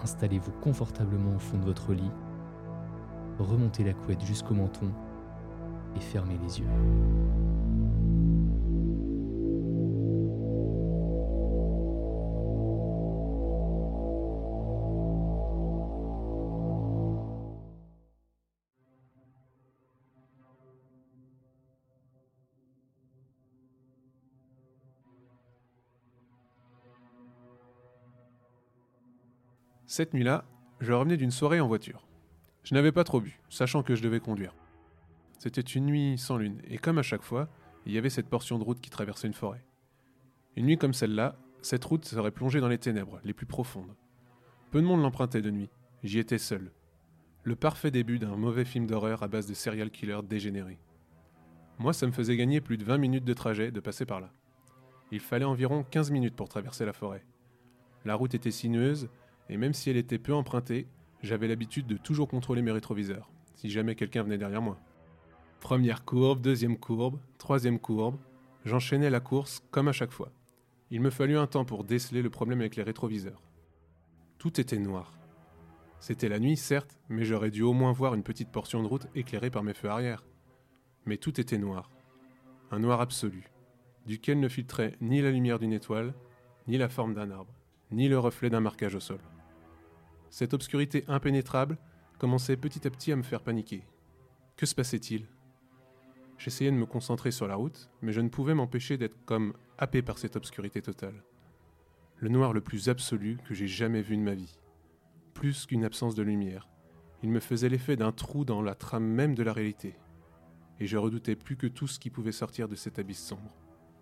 Installez-vous confortablement au fond de votre lit, remontez la couette jusqu'au menton et fermez les yeux. Cette nuit-là, je revenais d'une soirée en voiture. Je n'avais pas trop bu, sachant que je devais conduire. C'était une nuit sans lune, et comme à chaque fois, il y avait cette portion de route qui traversait une forêt. Une nuit comme celle-là, cette route serait plongée dans les ténèbres, les plus profondes. Peu de monde l'empruntait de nuit, j'y étais seul. Le parfait début d'un mauvais film d'horreur à base de serial killers dégénérés. Moi, ça me faisait gagner plus de 20 minutes de trajet de passer par là. Il fallait environ 15 minutes pour traverser la forêt. La route était sinueuse, et même si elle était peu empruntée, j'avais l'habitude de toujours contrôler mes rétroviseurs, si jamais quelqu'un venait derrière moi. Première courbe, deuxième courbe, troisième courbe, j'enchaînais la course comme à chaque fois. Il me fallut un temps pour déceler le problème avec les rétroviseurs. Tout était noir. C'était la nuit, certes, mais j'aurais dû au moins voir une petite portion de route éclairée par mes feux arrière. Mais tout était noir. Un noir absolu, duquel ne filtrait ni la lumière d'une étoile, ni la forme d'un arbre, ni le reflet d'un marquage au sol. Cette obscurité impénétrable commençait petit à petit à me faire paniquer. Que se passait-il ? J'essayais de me concentrer sur la route, mais je ne pouvais m'empêcher d'être comme happé par cette obscurité totale. Le noir le plus absolu que j'ai jamais vu de ma vie. Plus qu'une absence de lumière, il me faisait l'effet d'un trou dans la trame même de la réalité. Et je redoutais plus que tout ce qui pouvait sortir de cet abysse sombre.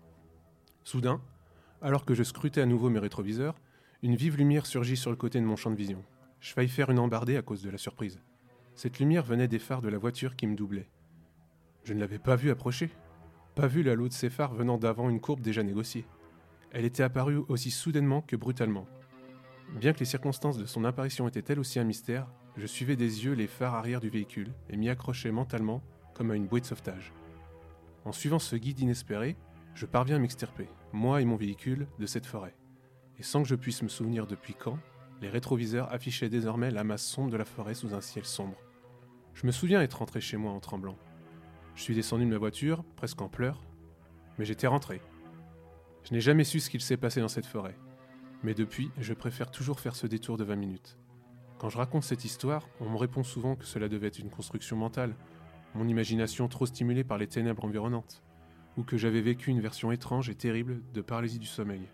Soudain, alors que je scrutais à nouveau mes rétroviseurs, une vive lumière surgit sur le côté de mon champ de vision. Je faillis faire une embardée à cause de la surprise. Cette lumière venait des phares de la voiture qui me doublait. Je ne l'avais pas vue approcher. Pas vu la lot de ces phares venant d'avant une courbe déjà négociée. Elle était apparue aussi soudainement que brutalement. Bien que les circonstances de son apparition étaient elles aussi un mystère, je suivais des yeux les phares arrière du véhicule et m'y accrochais mentalement comme à une bouée de sauvetage. En suivant ce guide inespéré, je parviens à m'extirper, moi et mon véhicule, de cette forêt. Et sans que je puisse me souvenir depuis quand, les rétroviseurs affichaient désormais la masse sombre de la forêt sous un ciel sombre. Je me souviens être rentré chez moi en tremblant. Je suis descendu de ma voiture, presque en pleurs, mais j'étais rentré. Je n'ai jamais su ce qu'il s'est passé dans cette forêt. Mais depuis, je préfère toujours faire ce détour de 20 minutes. Quand je raconte cette histoire, on me répond souvent que cela devait être une construction mentale, mon imagination trop stimulée par les ténèbres environnantes, ou que j'avais vécu une version étrange et terrible de paralysie du sommeil.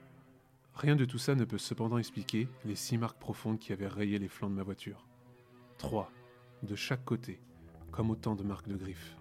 Rien de tout ça ne peut cependant expliquer les 6 marques profondes qui avaient rayé les flancs de ma voiture. 3, de chaque côté, comme autant de marques de griffes.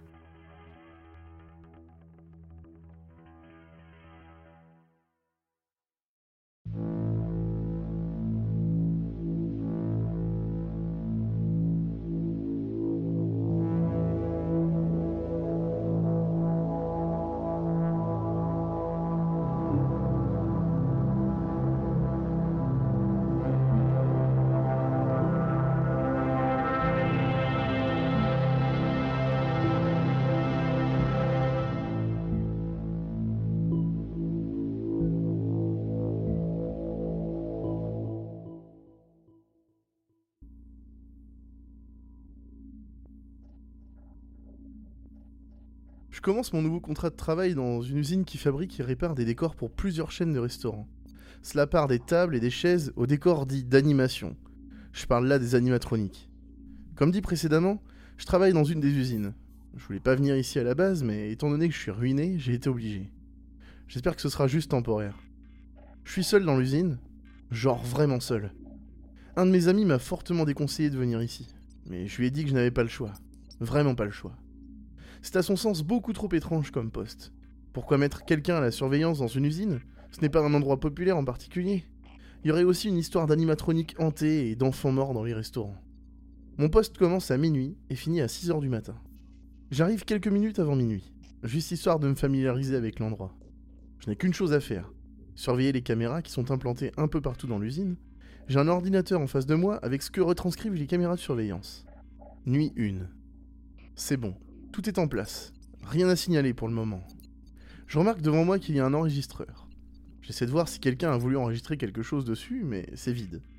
Je commence mon nouveau contrat de travail dans une usine qui fabrique et répare des décors pour plusieurs chaînes de restaurants. Cela part des tables et des chaises aux décors dits d'animation. Je parle là des animatroniques. Comme dit précédemment, je travaille dans une des usines. Je voulais pas venir ici à la base, mais étant donné que je suis ruiné, j'ai été obligé. J'espère que ce sera juste temporaire. Je suis seul dans l'usine, genre vraiment seul. Un de mes amis m'a fortement déconseillé de venir ici, mais je lui ai dit que je n'avais pas le choix. Vraiment pas le choix. C'est à son sens beaucoup trop étrange comme poste. Pourquoi mettre quelqu'un à la surveillance dans une usine ? Ce n'est pas un endroit populaire en particulier. Il y aurait aussi une histoire d'animatronique hantée et d'enfants morts dans les restaurants. Mon poste commence à minuit et finit à 6h du matin. J'arrive quelques minutes avant minuit, juste histoire de me familiariser avec l'endroit. Je n'ai qu'une chose à faire, surveiller les caméras qui sont implantées un peu partout dans l'usine. J'ai un ordinateur en face de moi avec ce que retranscrivent les caméras de surveillance. Nuit 1. C'est bon. Tout est en place. Rien à signaler pour le moment. Je remarque devant moi qu'il y a un enregistreur. J'essaie de voir si quelqu'un a voulu enregistrer quelque chose dessus, mais c'est vide.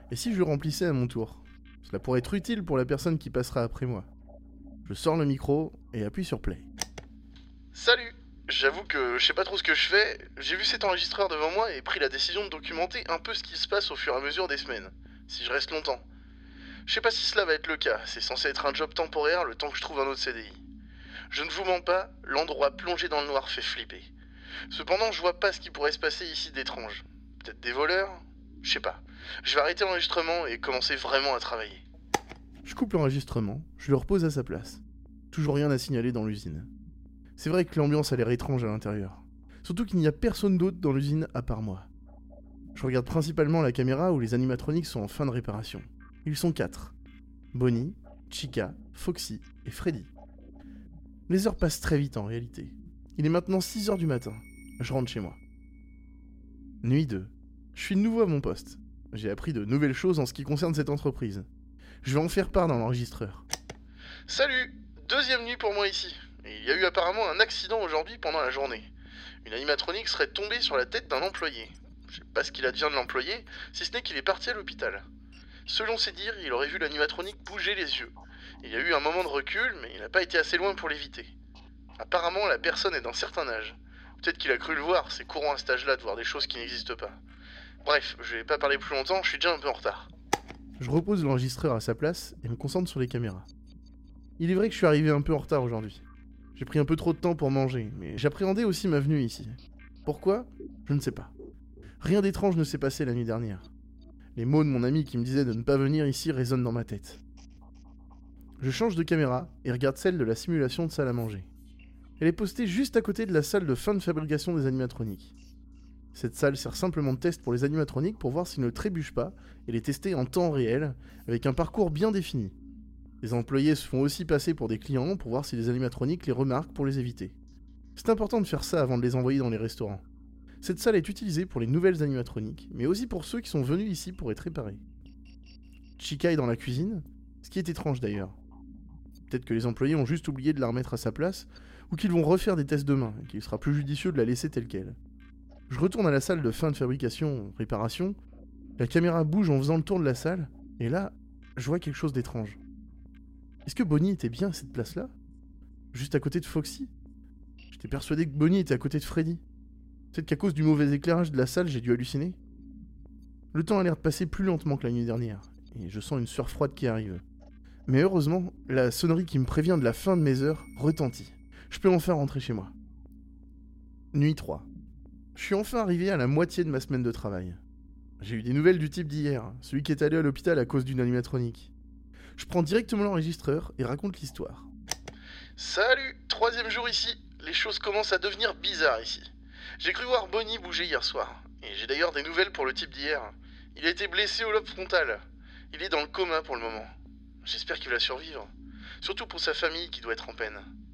Et si je le remplissais à mon tour? Cela pourrait être utile pour la personne qui passera après moi. Je sors le micro et appuie sur play. Salut! J'avoue que je sais pas trop ce que je fais, j'ai vu cet enregistreur devant moi et pris la décision de documenter un peu ce qui se passe au fur et à mesure des semaines, si je reste longtemps. Je sais pas si cela va être le cas, c'est censé être un job temporaire le temps que je trouve un autre CDI. Je ne vous mens pas, l'endroit plongé dans le noir fait flipper. Cependant, je vois pas ce qui pourrait se passer ici d'étrange. Peut-être des voleurs? Je sais pas. Je vais arrêter l'enregistrement et commencer vraiment à travailler. Je coupe l'enregistrement, je le repose à sa place. Toujours rien à signaler dans l'usine. C'est vrai que l'ambiance a l'air étrange à l'intérieur. Surtout qu'il n'y a personne d'autre dans l'usine à part moi. Je regarde principalement la caméra où les animatroniques sont en fin de réparation. Ils sont 4. Bonnie, Chica, Foxy et Freddy. Les heures passent très vite en réalité. Il est maintenant 6h du matin. Je rentre chez moi. Nuit 2. Je suis de nouveau à mon poste. J'ai appris de nouvelles choses en ce qui concerne cette entreprise. Je vais en faire part dans l'enregistreur. Salut! 2e nuit pour moi ici. Et il y a eu apparemment un accident aujourd'hui pendant la journée. Une animatronique serait tombée sur la tête d'un employé. Je sais pas ce qu'il advient de l'employé, si ce n'est qu'il est parti à l'hôpital. Selon ses dires, il aurait vu l'animatronique bouger les yeux. Il y a eu un moment de recul, mais il n'a pas été assez loin pour l'éviter. Apparemment, la personne est d'un certain âge. Peut-être qu'il a cru le voir, c'est courant à cet âge-là de voir des choses qui n'existent pas. Bref, je vais pas parler plus longtemps, je suis déjà un peu en retard. Je repose l'enregistreur à sa place et me concentre sur les caméras. Il est vrai que je suis arrivé un peu en retard aujourd'hui. J'ai pris un peu trop de temps pour manger, mais j'appréhendais aussi ma venue ici. Pourquoi? Je ne sais pas. Rien d'étrange ne s'est passé la nuit dernière. Les mots de mon ami qui me disait de ne pas venir ici résonnent dans ma tête. Je change de caméra et regarde celle de la simulation de salle à manger. Elle est postée juste à côté de la salle de fin de fabrication des animatroniques. Cette salle sert simplement de test pour les animatroniques pour voir s'ils ne trébuchent pas et les tester en temps réel, avec un parcours bien défini. Les employés se font aussi passer pour des clients pour voir si les animatroniques les remarquent pour les éviter. C'est important de faire ça avant de les envoyer dans les restaurants. Cette salle est utilisée pour les nouvelles animatroniques, mais aussi pour ceux qui sont venus ici pour être réparés. Chica est dans la cuisine, ce qui est étrange d'ailleurs. Peut-être que les employés ont juste oublié de la remettre à sa place, ou qu'ils vont refaire des tests demain, et qu'il sera plus judicieux de la laisser telle qu'elle. Je retourne à la salle de fin de fabrication, réparation. La caméra bouge en faisant le tour de la salle, et là, je vois quelque chose d'étrange. Est-ce que Bonnie était bien à cette place-là? Juste à côté de Foxy? J'étais persuadé que Bonnie était à côté de Freddy. Peut-être qu'à cause du mauvais éclairage de la salle, j'ai dû halluciner. Le temps a l'air de passer plus lentement que la nuit dernière, et je sens une sueur froide qui arrive. Mais heureusement, la sonnerie qui me prévient de la fin de mes heures retentit. Je peux enfin rentrer chez moi. Nuit 3. Je suis enfin arrivé à la moitié de ma semaine de travail. J'ai eu des nouvelles du type d'hier, celui qui est allé à l'hôpital à cause d'une animatronique. Je prends directement l'enregistreur et raconte l'histoire. Salut, 3e jour ici. Les choses commencent à devenir bizarres ici. J'ai cru voir Bonnie bouger hier soir. Et j'ai d'ailleurs des nouvelles pour le type d'hier. Il a été blessé au lobe frontal. Il est dans le coma pour le moment. J'espère qu'il va survivre. Surtout pour sa famille qui doit être en peine.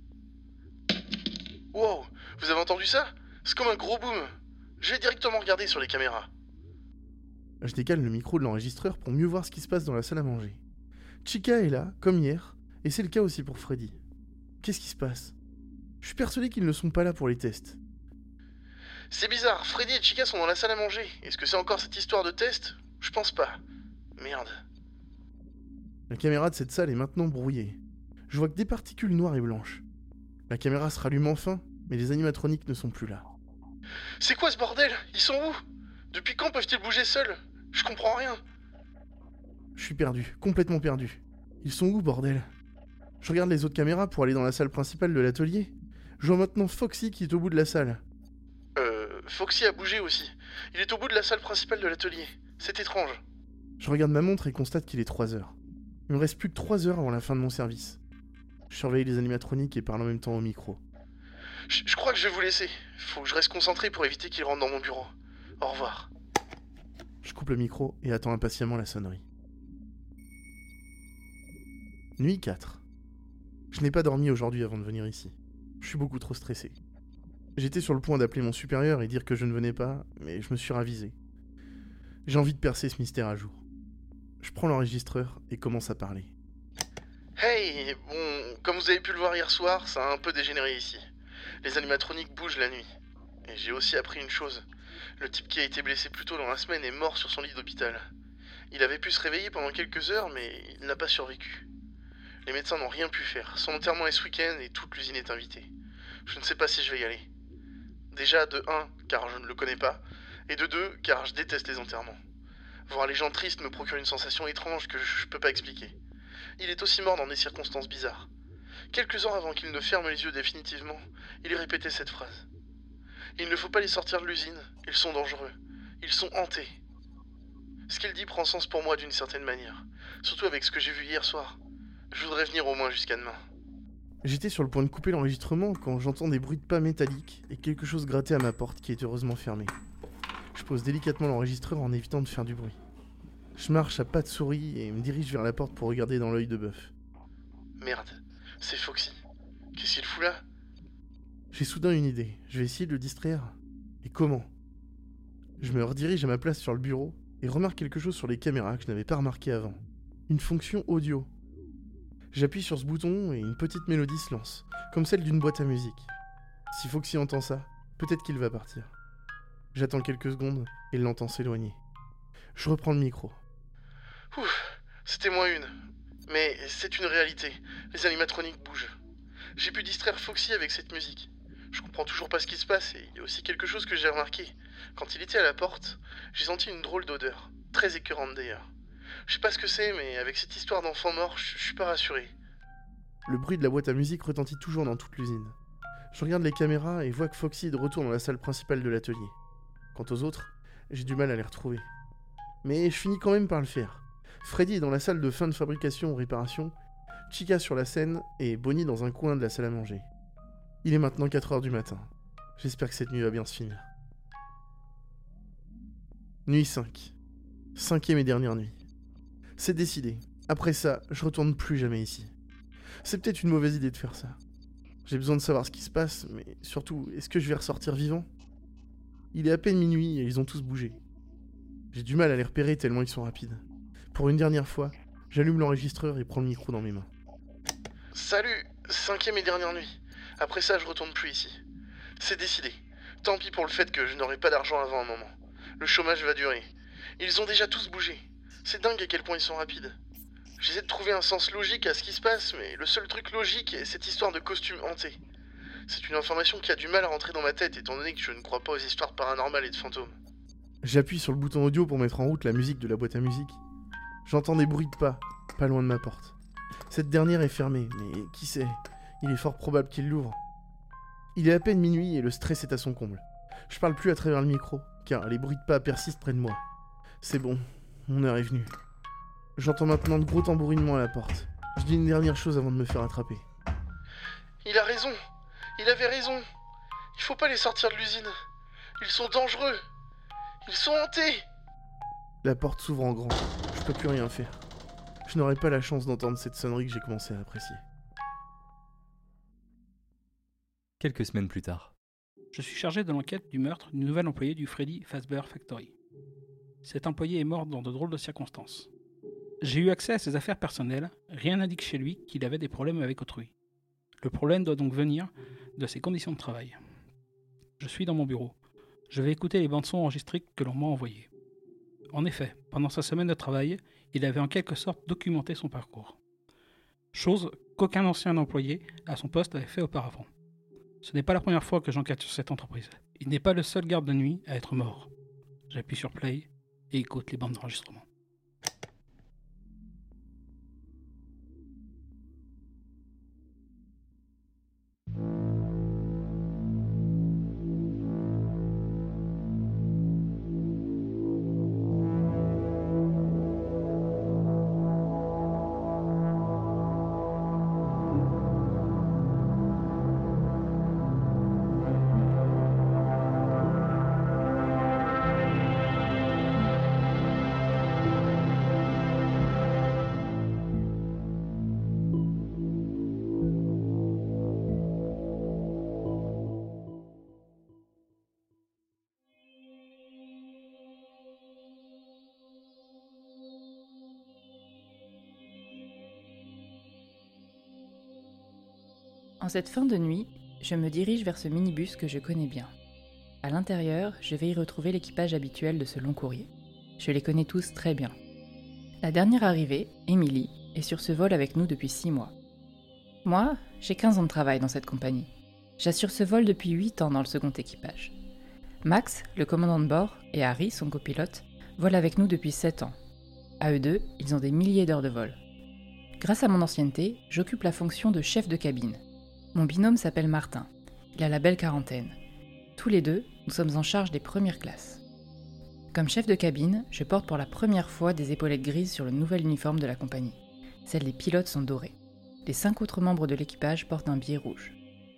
Wow, vous avez entendu ça? C'est comme un gros boom. Je vais directement regarder sur les caméras. Je décale le micro de l'enregistreur pour mieux voir ce qui se passe dans la salle à manger. Chica est là, comme hier, et c'est le cas aussi pour Freddy. Qu'est-ce qui se passe? Je suis persuadé qu'ils ne sont pas là pour les tests. C'est bizarre, Freddy et Chica sont dans la salle à manger. Est-ce que c'est encore cette histoire de test? Je pense pas. Merde. La caméra de cette salle est maintenant brouillée. Je vois que des particules noires et blanches. La caméra se rallume enfin, mais les animatroniques ne sont plus là. C'est quoi ce bordel? Ils sont où? Depuis quand peuvent-ils bouger seuls? Je comprends rien. Je suis perdu, complètement perdu. Ils sont où, bordel? Je regarde les autres caméras pour aller dans la salle principale de l'atelier. Je vois maintenant Foxy qui est au bout de la salle. Foxy a bougé aussi. Il est au bout de la salle principale de l'atelier. C'est étrange. Je regarde ma montre et constate qu'il est 3h. Il me reste plus que 3 heures avant la fin de mon service. Je surveille les animatroniques et parle en même temps au micro. Je crois que je vais vous laisser. Faut que je reste concentré pour éviter qu'il rentre dans mon bureau. Au revoir. Je coupe le micro et attends impatiemment la sonnerie. Nuit 4. Je n'ai pas dormi aujourd'hui avant de venir ici. Je suis beaucoup trop stressé. J'étais sur le point d'appeler mon supérieur et dire que je ne venais pas, mais je me suis ravisé. J'ai envie de percer ce mystère à jour. Je prends l'enregistreur et commence à parler. Hey, bon, comme vous avez pu le voir hier soir, ça a un peu dégénéré ici. Les animatroniques bougent la nuit. Et j'ai aussi appris une chose. Le type qui a été blessé plus tôt dans la semaine est mort sur son lit d'hôpital. Il avait pu se réveiller pendant quelques heures, mais il n'a pas survécu. Les médecins n'ont rien pu faire. Son enterrement est ce week-end et toute l'usine est invitée. Je ne sais pas si je vais y aller. Déjà, de 1, car je ne le connais pas, et de 2, car je déteste les enterrements. Voir les gens tristes me procure une sensation étrange que je peux pas expliquer. Il est aussi mort dans des circonstances bizarres. Quelques heures avant qu'il ne ferme les yeux définitivement, il répétait cette phrase. Il ne faut pas les sortir de l'usine, ils sont dangereux. Ils sont hantés. Ce qu'il dit prend sens pour moi d'une certaine manière, surtout avec ce que j'ai vu hier soir. Je voudrais venir au moins jusqu'à demain. J'étais sur le point de couper l'enregistrement quand j'entends des bruits de pas métalliques et quelque chose gratter à ma porte qui est heureusement fermée. Je pose délicatement l'enregistreur en évitant de faire du bruit. Je marche à pas de souris et me dirige vers la porte pour regarder dans l'œil de bœuf. Merde, c'est Foxy. Qu'est-ce qu'il fout là ? J'ai soudain une idée. Je vais essayer de le distraire. Et comment ? Je me redirige à ma place sur le bureau et remarque quelque chose sur les caméras que je n'avais pas remarqué avant. Une fonction audio. J'appuie sur ce bouton et une petite mélodie se lance, comme celle d'une boîte à musique. Si Foxy entend ça, peut-être qu'il va partir. J'attends quelques secondes et l'entends s'éloigner. Je reprends le micro. Ouf, c'était moins une. Mais c'est une réalité. Les animatroniques bougent. J'ai pu distraire Foxy avec cette musique. Je comprends toujours pas ce qui se passe et il y a aussi quelque chose que j'ai remarqué. Quand il était à la porte, j'ai senti une drôle d'odeur. Très écœurante d'ailleurs. Je sais pas ce que c'est, mais avec cette histoire d'enfant mort, je suis pas rassuré. Le bruit de la boîte à musique retentit toujours dans toute l'usine. Je regarde les caméras et vois que Foxy est de retour dans la salle principale de l'atelier. Quant aux autres, j'ai du mal à les retrouver. Mais je finis quand même par le faire. Freddy est dans la salle de fin de fabrication ou réparation, Chica sur la scène et Bonnie dans un coin de la salle à manger. Il est maintenant 4h du matin. J'espère que cette nuit va bien se finir. Nuit 5. 5e et dernière nuit. C'est décidé. Après ça, je retourne plus jamais ici. C'est peut-être une mauvaise idée de faire ça. J'ai besoin de savoir ce qui se passe, mais surtout, est-ce que je vais ressortir vivant ? Il est à peine minuit et ils ont tous bougé. J'ai du mal à les repérer tellement ils sont rapides. Pour une dernière fois, j'allume l'enregistreur et prends le micro dans mes mains. Salut, 5e et dernière nuit. Après ça, je retourne plus ici. C'est décidé. Tant pis pour le fait que je n'aurai pas d'argent avant un moment. Le chômage va durer. Ils ont déjà tous bougé. C'est dingue à quel point ils sont rapides. J'essaie de trouver un sens logique à ce qui se passe, mais le seul truc logique est cette histoire de costume hanté. C'est une information qui a du mal à rentrer dans ma tête étant donné que je ne crois pas aux histoires paranormales et de fantômes. J'appuie sur le bouton audio pour mettre en route la musique de la boîte à musique. J'entends des bruits de pas loin de ma porte. Cette dernière est fermée, mais qui sait ? Il est fort probable qu'il l'ouvre. Il est à peine minuit et le stress est à son comble. Je parle plus à travers le micro, car les bruits de pas persistent près de moi. C'est bon, mon heure est venue. J'entends maintenant de gros tambourinements à la porte. Je dis une dernière chose avant de me faire attraper. Il a raison. Il avait raison. Il faut pas les sortir de l'usine. Ils sont dangereux. Ils sont hantés. La porte s'ouvre en grand. Je peux plus rien faire. Je n'aurai pas la chance d'entendre cette sonnerie que j'ai commencé à apprécier. Quelques semaines plus tard. Je suis chargé de l'enquête du meurtre du nouvel employé du Freddy Fazbear Factory. Cet employé est mort dans de drôles de circonstances. J'ai eu accès à ses affaires personnelles, rien n'indique chez lui qu'il avait des problèmes avec autrui. Le problème doit donc venir de ses conditions de travail. Je suis dans mon bureau. Je vais écouter les bandes-sons enregistrées que l'on m'a envoyées. En effet, pendant sa semaine de travail, il avait en quelque sorte documenté son parcours. Chose qu'aucun ancien employé à son poste avait fait auparavant. Ce n'est pas la première fois que j'enquête sur cette entreprise. Il n'est pas le seul garde de nuit à être mort. J'appuie sur play et écoute les bandes d'enregistrement. En cette fin de nuit, je me dirige vers ce minibus que je connais bien. À l'intérieur, je vais y retrouver l'équipage habituel de ce long courrier. Je les connais tous très bien. La dernière arrivée, Émilie, est sur ce vol avec nous depuis 6 mois. Moi, j'ai 15 ans de travail dans cette compagnie. J'assure ce vol depuis 8 ans dans le second équipage. Max, le commandant de bord, et Harry, son copilote, volent avec nous depuis 7 ans. À eux deux, ils ont des milliers d'heures de vol. Grâce à mon ancienneté, j'occupe la fonction de chef de cabine. Mon binôme s'appelle Martin. Il a la belle quarantaine. Tous les deux, nous sommes en charge des premières classes. Comme chef de cabine, je porte pour la première fois des épaulettes grises sur le nouvel uniforme de la compagnie. Celles des pilotes sont dorées. Les 5 autres membres de l'équipage portent un billet rouge.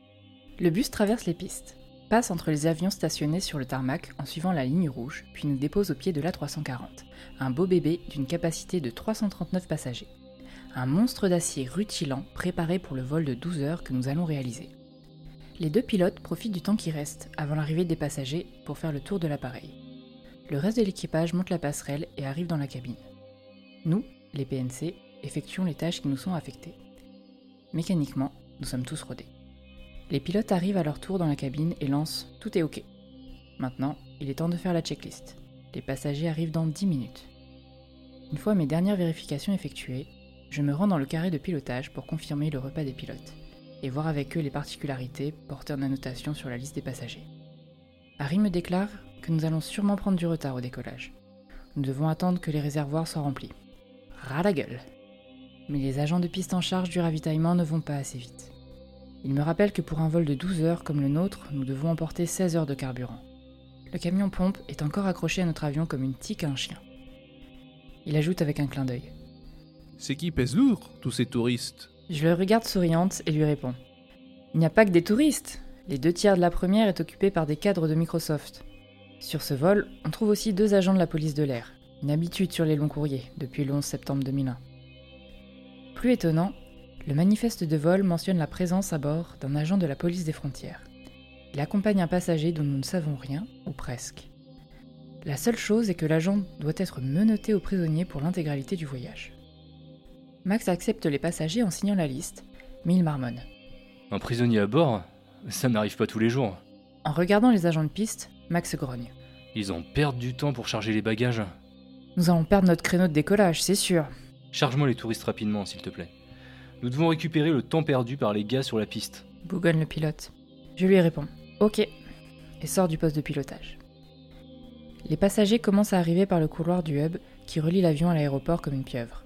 Le bus traverse les pistes, passe entre les avions stationnés sur le tarmac en suivant la ligne rouge, puis nous dépose au pied de l'A340, un beau bébé d'une capacité de 339 passagers. Un monstre d'acier rutilant préparé pour le vol de 12 heures que nous allons réaliser. Les 2 pilotes profitent du temps qui reste avant l'arrivée des passagers pour faire le tour de l'appareil. Le reste de l'équipage monte la passerelle et arrive dans la cabine. Nous, les PNC, effectuons les tâches qui nous sont affectées. Mécaniquement, nous sommes tous rodés. Les pilotes arrivent à leur tour dans la cabine et lancent « Tout est OK ». Maintenant, il est temps de faire la checklist. Les passagers arrivent dans 10 minutes. Une fois mes dernières vérifications effectuées, je me rends dans le carré de pilotage pour confirmer le repas des pilotes et voir avec eux les particularités porteurs d'annotation sur la liste des passagers. Harry me déclare que nous allons sûrement prendre du retard au décollage. Nous devons attendre que les réservoirs soient remplis. Ras la gueule. Mais les agents de piste en charge du ravitaillement ne vont pas assez vite. Ils me rappellent que pour un vol de 12 heures comme le nôtre, nous devons emporter 16 heures de carburant. Le camion pompe est encore accroché à notre avion comme une tique à un chien. Il ajoute avec un clin d'œil. C'est qui pèse lourd, tous ces touristes? Je le regarde souriante et lui réponds. Il n'y a pas que des touristes. Les 2/3 de la première est occupée par des cadres de Microsoft. Sur ce vol, on trouve aussi 2 agents de la police de l'air, une habitude sur les longs courriers depuis le 11 septembre 2001. Plus étonnant, le manifeste de vol mentionne la présence à bord d'un agent de la police des frontières. Il accompagne un passager dont nous ne savons rien, ou presque. La seule chose est que l'agent doit être menotté aux prisonniers pour l'intégralité du voyage. Max accepte les passagers en signant la liste, mais il marmonne. Un prisonnier à bord? Ça n'arrive pas tous les jours. En regardant les agents de piste, Max grogne. Ils en perdent du temps pour charger les bagages. Nous allons perdre notre créneau de décollage, c'est sûr. Charge-moi les touristes rapidement, s'il te plaît. Nous devons récupérer le temps perdu par les gars sur la piste. Bougonne le pilote. Je lui réponds. Ok. Et sort du poste de pilotage. Les passagers commencent à arriver par le couloir du hub qui relie l'avion à l'aéroport comme une pieuvre.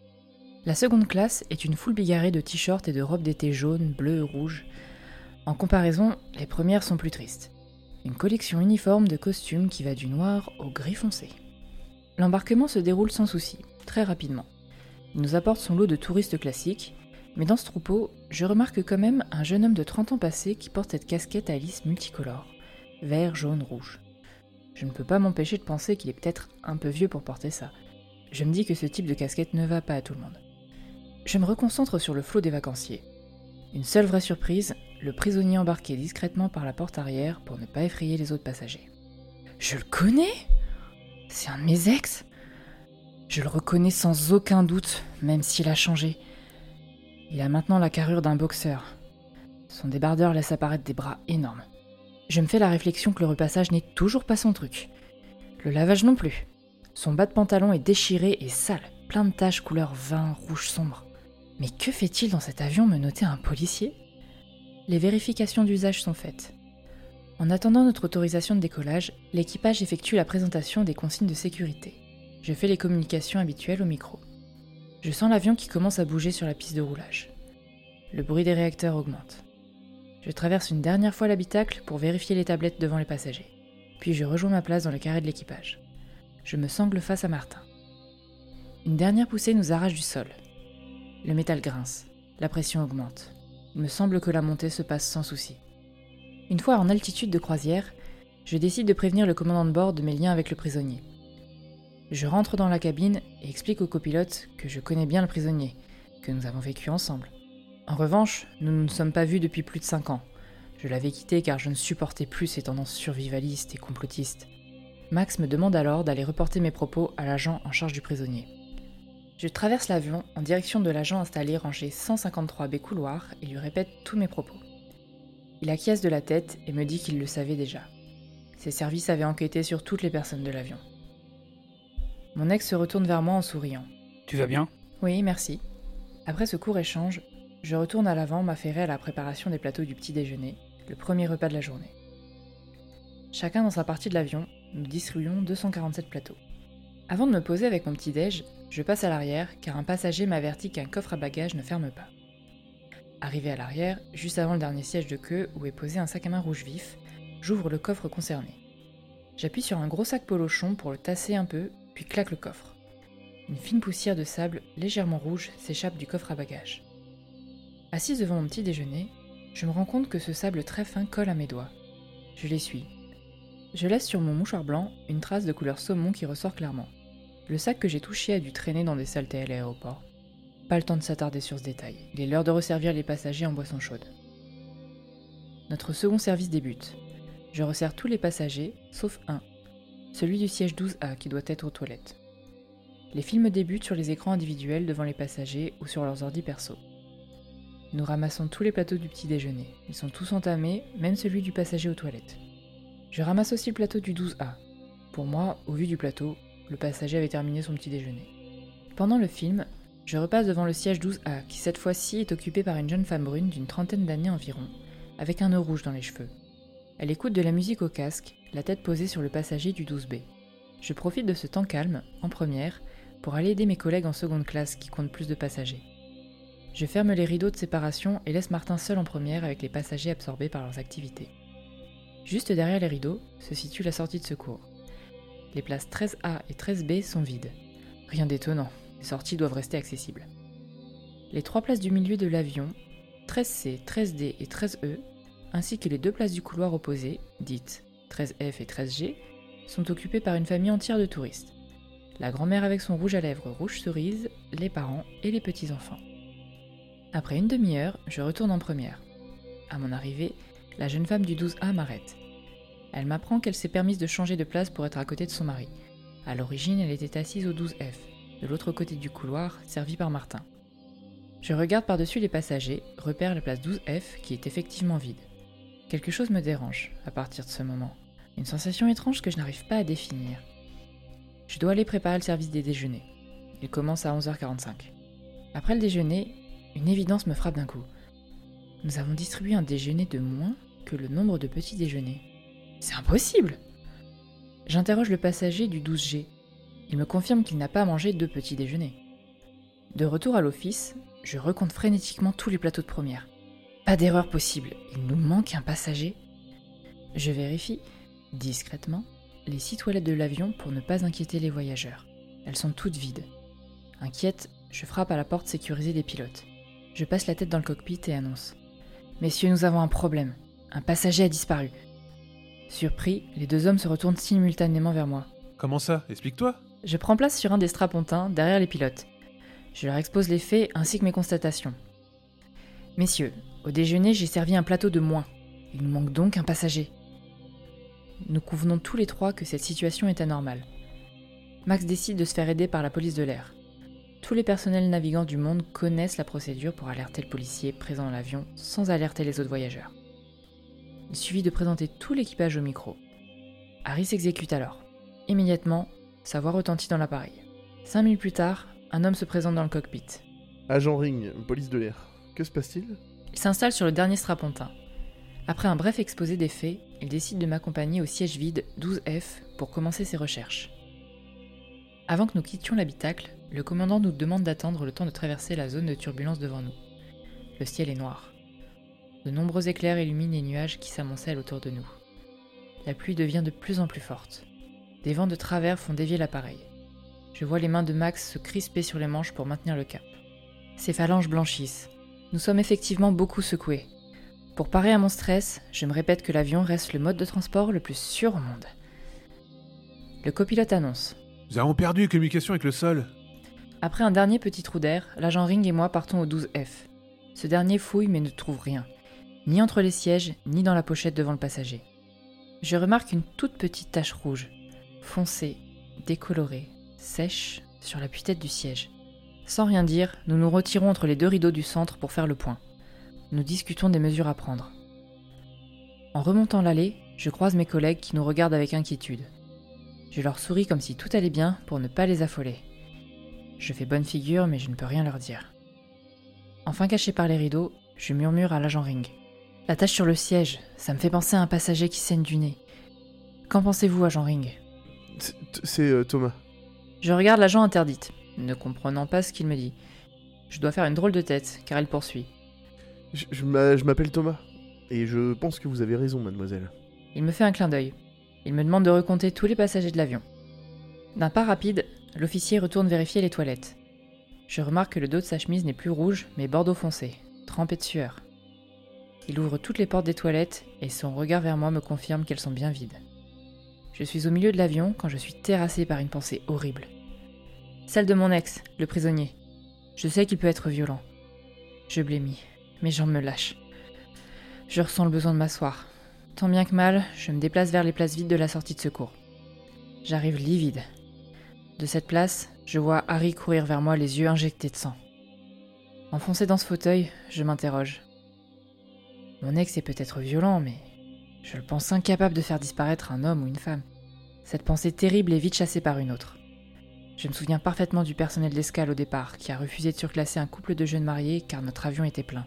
La seconde classe est une foule bigarrée de t-shirts et de robes d'été jaunes, bleues, rouges. En comparaison, les premières sont plus tristes. Une collection uniforme de costumes qui va du noir au gris foncé. L'embarquement se déroule sans souci, très rapidement. Il nous apporte son lot de touristes classiques, mais dans ce troupeau, je remarque quand même un jeune homme de 30 ans passé qui porte cette casquette à hélice multicolore, vert, jaune, rouge. Je ne peux pas m'empêcher de penser qu'il est peut-être un peu vieux pour porter ça. Je me dis que ce type de casquette ne va pas à tout le monde. Je me reconcentre sur le flot des vacanciers. Une seule vraie surprise, le prisonnier embarqué discrètement par la porte arrière pour ne pas effrayer les autres passagers. Je le connais ? C'est un de mes ex ? Je le reconnais sans aucun doute, même s'il a changé. Il a maintenant la carrure d'un boxeur. Son débardeur laisse apparaître des bras énormes. Je me fais la réflexion que le repassage n'est toujours pas son truc. Le lavage non plus. Son bas de pantalon est déchiré et sale, plein de taches couleur vin, rouge sombre. Mais que fait-il dans cet avion menotté à un policier ? Les vérifications d'usage sont faites. En attendant notre autorisation de décollage, l'équipage effectue la présentation des consignes de sécurité. Je fais les communications habituelles au micro. Je sens l'avion qui commence à bouger sur la piste de roulage. Le bruit des réacteurs augmente. Je traverse une dernière fois l'habitacle pour vérifier les tablettes devant les passagers. Puis je rejoins ma place dans le carré de l'équipage. Je me sangle face à Martin. Une dernière poussée nous arrache du sol. Le métal grince. La pression augmente. Il me semble que la montée se passe sans souci. Une fois en altitude de croisière, je décide de prévenir le commandant de bord de mes liens avec le prisonnier. Je rentre dans la cabine et explique au copilote que je connais bien le prisonnier, que nous avons vécu ensemble. En revanche, nous ne nous sommes pas vus depuis plus de 5 ans. Je l'avais quitté car je ne supportais plus ses tendances survivalistes et complotistes. Max me demande alors d'aller reporter mes propos à l'agent en charge du prisonnier. Je traverse l'avion en direction de l'agent installé rangé 153B couloir et lui répète tous mes propos. Il acquiesce de la tête et me dit qu'il le savait déjà. Ses services avaient enquêté sur toutes les personnes de l'avion. Mon ex se retourne vers moi en souriant. Tu vas bien ? Oui, merci. Après ce court échange, je retourne à l'avant m'affairer à la préparation des plateaux du petit déjeuner, le premier repas de la journée. Chacun dans sa partie de l'avion, nous distribuons 247 plateaux. Avant de me poser avec mon petit déj, je passe à l'arrière car un passager m'avertit qu'un coffre à bagages ne ferme pas. Arrivé à l'arrière, juste avant le dernier siège de queue où est posé un sac à main rouge vif, j'ouvre le coffre concerné. J'appuie sur un gros sac polochon pour le tasser un peu, puis claque le coffre. Une fine poussière de sable légèrement rouge s'échappe du coffre à bagages. Assise devant mon petit déjeuner, je me rends compte que ce sable très fin colle à mes doigts. Je l'essuie. Je laisse sur mon mouchoir blanc une trace de couleur saumon qui ressort clairement. Le sac que j'ai touché a dû traîner dans des saletés à l'aéroport. Pas le temps de s'attarder sur ce détail. Il est l'heure de resservir les passagers en boisson chaude. Notre second service débute. Je resserre tous les passagers, sauf un. Celui du siège 12A qui doit être aux toilettes. Les films débutent sur les écrans individuels devant les passagers ou sur leurs ordi perso. Nous ramassons tous les plateaux du petit déjeuner. Ils sont tous entamés, même celui du passager aux toilettes. Je ramasse aussi le plateau du 12A. Pour moi, au vu du plateau, le passager avait terminé son petit déjeuner. Pendant le film, je repasse devant le siège 12A qui cette fois-ci est occupé par une jeune femme brune d'une trentaine d'années environ, avec un nœud rouge dans les cheveux. Elle écoute de la musique au casque, la tête posée sur le passager du 12B. Je profite de ce temps calme, en première, pour aller aider mes collègues en seconde classe qui comptent plus de passagers. Je ferme les rideaux de séparation et laisse Martin seul en première avec les passagers absorbés par leurs activités. Juste derrière les rideaux se situe la sortie de secours. Les places 13A et 13B sont vides. Rien d'étonnant, les sorties doivent rester accessibles. Les 3 places du milieu de l'avion, 13C, 13D et 13E, ainsi que les 2 places du couloir opposé, dites 13F et 13G, sont occupées par une famille entière de touristes. La grand-mère avec son rouge à lèvres rouge cerise, les parents et les petits-enfants. Après une demi-heure, je retourne en première. À mon arrivée, la jeune femme du 12A m'arrête. Elle m'apprend qu'elle s'est permise de changer de place pour être à côté de son mari. À l'origine, elle était assise au 12F, de l'autre côté du couloir, servie par Martin. Je regarde par-dessus les passagers, repère la place 12F qui est effectivement vide. Quelque chose me dérange à partir de ce moment. Une sensation étrange que je n'arrive pas à définir. Je dois aller préparer le service des déjeuners. Il commence à 11h45. Après le déjeuner, une évidence me frappe d'un coup. Nous avons distribué un déjeuner de moins que le nombre de petits déjeuners. C'est impossible! J'interroge le passager du 12G. Il me confirme qu'il n'a pas mangé 2 petits déjeuners. De retour à l'office, je recompte frénétiquement tous les plateaux de première. Pas d'erreur possible, il nous manque un passager. Je vérifie, discrètement, les 6 toilettes de l'avion pour ne pas inquiéter les voyageurs. Elles sont toutes vides. Inquiète, je frappe à la porte sécurisée des pilotes. Je passe la tête dans le cockpit et annonce « Messieurs, nous avons un problème. Un passager a disparu. » Surpris, les 2 hommes se retournent simultanément vers moi. Comment ça? Explique-toi. Je prends place sur un des strapontins, derrière les pilotes. Je leur expose les faits ainsi que mes constatations. « Messieurs, au déjeuner, j'ai servi un plateau de moins. Il nous manque donc un passager. » Nous convenons tous les 3 que cette situation est anormale. Max décide de se faire aider par la police de l'air. Tous les personnels navigants du monde connaissent la procédure pour alerter le policier présent dans l'avion sans alerter les autres voyageurs. Il suffit de présenter tout l'équipage au micro. Harry s'exécute alors. Immédiatement, sa voix retentit dans l'appareil. 5 minutes plus tard, un homme se présente dans le cockpit. Agent Ring, police de l'air. Que se passe-t-il? Il s'installe sur le dernier strapontin. Après un bref exposé des faits, il décide de m'accompagner au siège vide 12F pour commencer ses recherches. Avant que nous quittions l'habitacle, le commandant nous demande d'attendre le temps de traverser la zone de turbulence devant nous. Le ciel est noir. De nombreux éclairs illuminent les nuages qui s'amoncellent autour de nous. La pluie devient de plus en plus forte. Des vents de travers font dévier l'appareil. Je vois les mains de Max se crisper sur les manches pour maintenir le cap. Ses phalanges blanchissent. Nous sommes effectivement beaucoup secoués. Pour parer à mon stress, je me répète que l'avion reste le mode de transport le plus sûr au monde. Le copilote annonce. Nous avons perdu communication avec le sol. Après un dernier petit trou d'air, l'agent Ring et moi partons au 12F. Ce dernier fouille mais ne trouve rien, ni entre les sièges, ni dans la pochette devant le passager. Je remarque une toute petite tache rouge, foncée, décolorée, sèche, sur la tête du siège. Sans rien dire, nous nous retirons entre les 2 rideaux du centre pour faire le point. Nous discutons des mesures à prendre. En remontant l'allée, je croise mes collègues qui nous regardent avec inquiétude. Je leur souris comme si tout allait bien pour ne pas les affoler. Je fais bonne figure, mais je ne peux rien leur dire. Enfin caché par les rideaux, je murmure à l'agent Ring. La tache sur le siège, ça me fait penser à un passager qui saigne du nez. Qu'en pensez-vous, agent Ring ? C'est Thomas. Je regarde l'agent interdite, ne comprenant pas ce qu'il me dit. Je dois faire une drôle de tête, car elle poursuit. Je m'appelle Thomas, et je pense que vous avez raison, mademoiselle. Il me fait un clin d'œil. Il me demande de recompter tous les passagers de l'avion. D'un pas rapide, l'officier retourne vérifier les toilettes. Je remarque que le dos de sa chemise n'est plus rouge, mais bordeaux foncé, trempé de sueur. Il ouvre toutes les portes des toilettes, et son regard vers moi me confirme qu'elles sont bien vides. Je suis au milieu de l'avion quand je suis terrassé par une pensée horrible. Celle de mon ex, le prisonnier. Je sais qu'il peut être violent. Je blêmis. Mes jambes me lâchent. Je ressens le besoin de m'asseoir. Tant bien que mal, je me déplace vers les places vides de la sortie de secours. J'arrive livide. De cette place, je vois Harry courir vers moi les yeux injectés de sang. Enfoncé dans ce fauteuil, je m'interroge. Mon ex est peut-être violent, mais je le pense incapable de faire disparaître un homme ou une femme. Cette pensée terrible est vite chassée par une autre. Je me souviens parfaitement du personnel d'escale au départ, qui a refusé de surclasser un couple de jeunes mariés car notre avion était plein.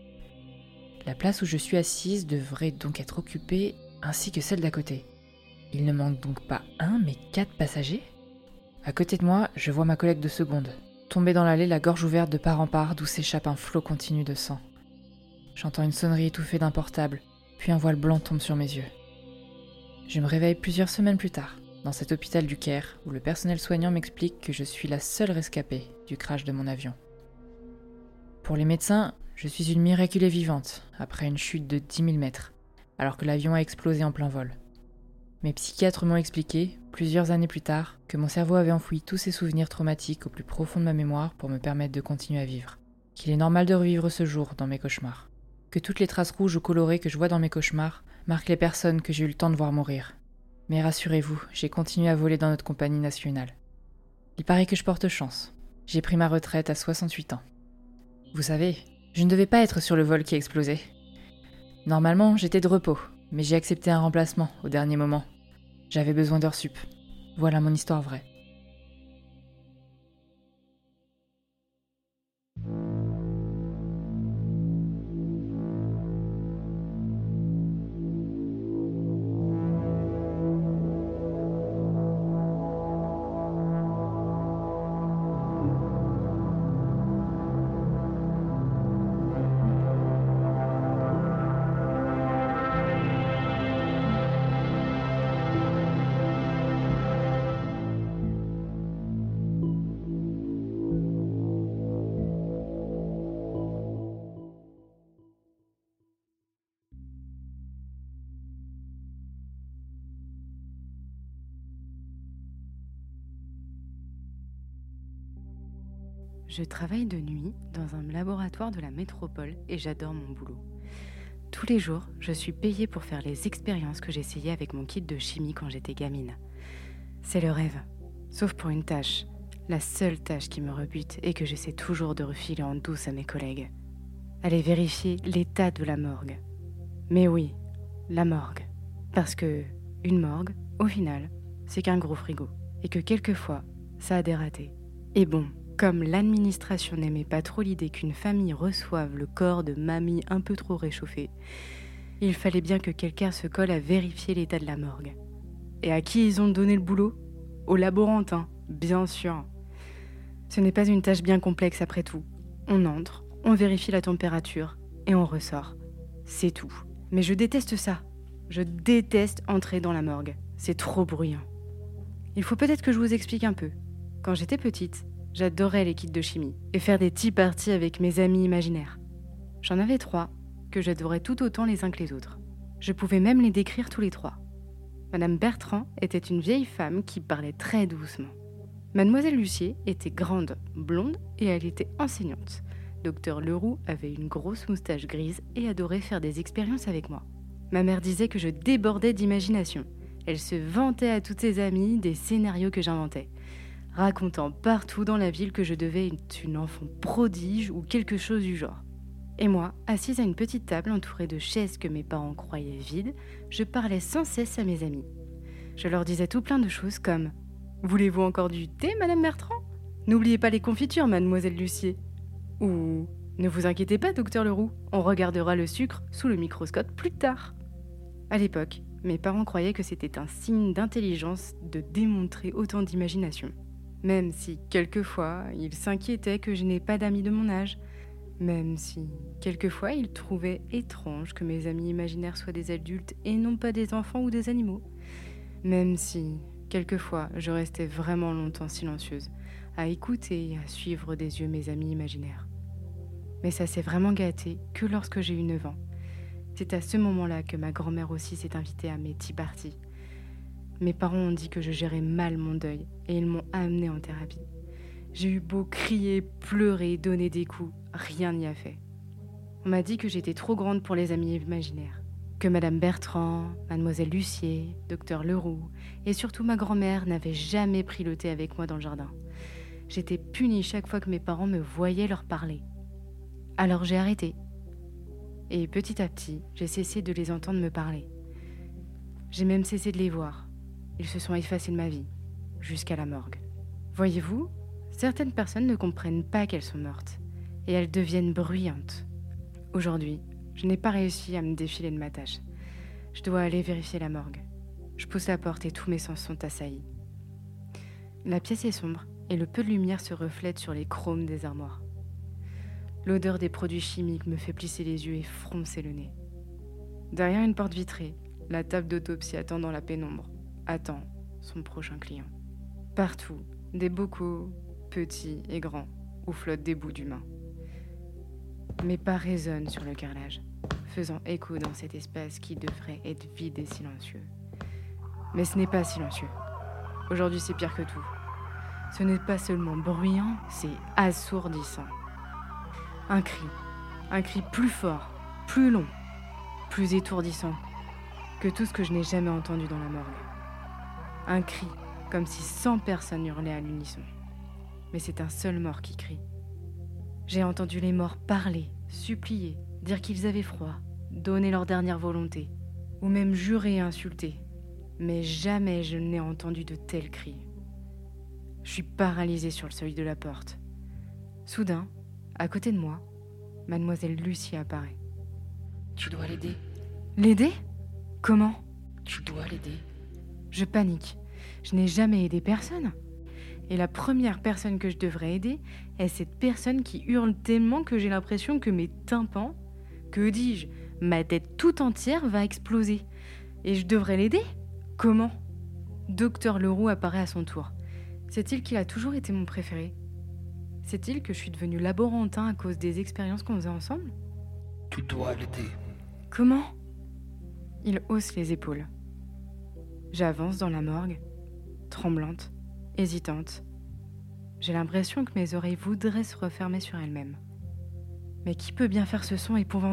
La place où je suis assise devrait donc être occupée, ainsi que celle d'à côté. Il ne manque donc pas 1, mais 4 passagers ? À côté de moi, je vois ma collègue de seconde, tomber dans l'allée la gorge ouverte de part en part d'où s'échappe un flot continu de sang. J'entends une sonnerie étouffée d'un portable, puis un voile blanc tombe sur mes yeux. Je me réveille plusieurs semaines plus tard, dans cet hôpital du Caire, où le personnel soignant m'explique que je suis la seule rescapée du crash de mon avion. Pour les médecins, je suis une miraculée vivante, après une chute de 10 000 mètres, alors que l'avion a explosé en plein vol. Mes psychiatres m'ont expliqué, plusieurs années plus tard, que mon cerveau avait enfoui tous ces souvenirs traumatiques au plus profond de ma mémoire pour me permettre de continuer à vivre. Qu'il est normal de revivre ce jour dans mes cauchemars. Que toutes les traces rouges ou colorées que je vois dans mes cauchemars marquent les personnes que j'ai eu le temps de voir mourir. Mais rassurez-vous, j'ai continué à voler dans notre compagnie nationale. Il paraît que je porte chance. J'ai pris ma retraite à 68 ans. Vous savez, je ne devais pas être sur le vol qui a explosé. Normalement, j'étais de repos, mais j'ai accepté un remplacement au dernier moment. J'avais besoin d'heures sup. Voilà mon histoire vraie. Je travaille de nuit dans un laboratoire de la métropole et j'adore mon boulot. Tous les jours, je suis payée pour faire les expériences que j'essayais avec mon kit de chimie quand j'étais gamine. C'est le rêve, sauf pour une tâche, la seule tâche qui me rebute et que j'essaie toujours de refiler en douce à mes collègues. Aller vérifier l'état de la morgue. Mais oui, la morgue. Parce que une morgue, au final, c'est qu'un gros frigo. Et que quelquefois, ça a des ratés. Et bon, comme l'administration n'aimait pas trop l'idée qu'une famille reçoive le corps de mamie un peu trop réchauffé, il fallait bien que quelqu'un se colle à vérifier l'état de la morgue. Et à qui ils ont donné le boulot ? Aux laborantins, bien sûr. Ce n'est pas une tâche bien complexe après tout. On entre, on vérifie la température et on ressort. C'est tout. Mais je déteste ça. Je déteste entrer dans la morgue. C'est trop bruyant. Il faut peut-être que je vous explique un peu. Quand j'étais petite, j'adorais les kits de chimie et faire des tea parties avec mes amis imaginaires. J'en avais 3 que j'adorais tout autant les uns que les autres. Je pouvais même les décrire tous les 3. Madame Bertrand était une vieille femme qui parlait très doucement. Mademoiselle Lucier était grande, blonde et elle était enseignante. Docteur Leroux avait une grosse moustache grise et adorait faire des expériences avec moi. Ma mère disait que je débordais d'imagination. Elle se vantait à toutes ses amies des scénarios que j'inventais, racontant partout dans la ville que je devais être une enfant prodige ou quelque chose du genre. Et moi, assise à une petite table entourée de chaises que mes parents croyaient vides, je parlais sans cesse à mes amis. Je leur disais tout plein de choses comme « Voulez-vous encore du thé, Madame Bertrand ? N'oubliez pas les confitures, mademoiselle Lucier. Ou ne vous inquiétez pas, docteur Leroux, on regardera le sucre sous le microscope plus tard. À l'époque, mes parents croyaient que c'était un signe d'intelligence de démontrer autant d'imagination. Même si, quelquefois, ils s'inquiétaient que je n'ai pas d'amis de mon âge. Même si, quelquefois, ils trouvaient étrange que mes amis imaginaires soient des adultes et non pas des enfants ou des animaux. Même si, quelquefois, je restais vraiment longtemps silencieuse, à écouter et à suivre des yeux mes amis imaginaires. Mais ça s'est vraiment gâté que lorsque j'ai eu 9 ans. C'est à ce moment-là que ma grand-mère aussi s'est invitée à mes tea parties. Mes parents ont dit que je gérais mal mon deuil et ils m'ont amenée en thérapie. J'ai eu beau crier, pleurer, donner des coups, rien n'y a fait. On m'a dit que j'étais trop grande pour les amis imaginaires. Que Madame Bertrand, Mademoiselle Lucier, Docteur Leroux et surtout ma grand-mère n'avaient jamais pris le thé avec moi dans le jardin. J'étais punie chaque fois que mes parents me voyaient leur parler. Alors j'ai arrêté. Et petit à petit, j'ai cessé de les entendre me parler. J'ai même cessé de les voir. Ils se sont effacés de ma vie, jusqu'à la morgue. Voyez-vous, certaines personnes ne comprennent pas qu'elles sont mortes, et elles deviennent bruyantes. Aujourd'hui, je n'ai pas réussi à me défiler de ma tâche. Je dois aller vérifier la morgue. Je pousse la porte et tous mes sens sont assaillis. La pièce est sombre, et le peu de lumière se reflète sur les chromes des armoires. L'odeur des produits chimiques me fait plisser les yeux et froncer le nez. Derrière une porte vitrée, la table d'autopsie attend dans la pénombre, attend son prochain client. Partout, des bocaux, petits et grands, où flottent des bouts d'humains. Mes pas résonnent sur le carrelage, faisant écho dans cet espace qui devrait être vide et silencieux. Mais ce n'est pas silencieux. Aujourd'hui, c'est pire que tout. Ce n'est pas seulement bruyant, c'est assourdissant. Un cri plus fort, plus long, plus étourdissant que tout ce que je n'ai jamais entendu dans la morgue. Un cri comme si 100 personnes hurlaient à l'unisson. Mais c'est un seul mort qui crie. J'ai entendu les morts parler, supplier, dire qu'ils avaient froid, donner leur dernière volonté, ou même jurer et insulter. Mais jamais je n'ai entendu de tels cris. Je suis paralysée sur le seuil de la porte. Soudain, à côté de moi, mademoiselle Lucie apparaît. Tu dois l'aider. L'aider ? Comment ? Tu dois l'aider. Je panique. Je n'ai jamais aidé personne. Et la première personne que je devrais aider est cette personne qui hurle tellement que j'ai l'impression que mes tympans, que dis-je, ma tête tout entière va exploser. Et je devrais l'aider ? Comment ? Docteur Leroux apparaît à son tour. Sait-il qu'il a toujours été mon préféré ? Sait-il que je suis devenue laborantin à cause des expériences qu'on faisait ensemble ? Tu dois l'aider. Comment ? Il hausse les épaules. J'avance dans la morgue, tremblante, hésitante. J'ai l'impression que mes oreilles voudraient se refermer sur elles-mêmes. Mais qui peut bien faire ce son épouvantable ?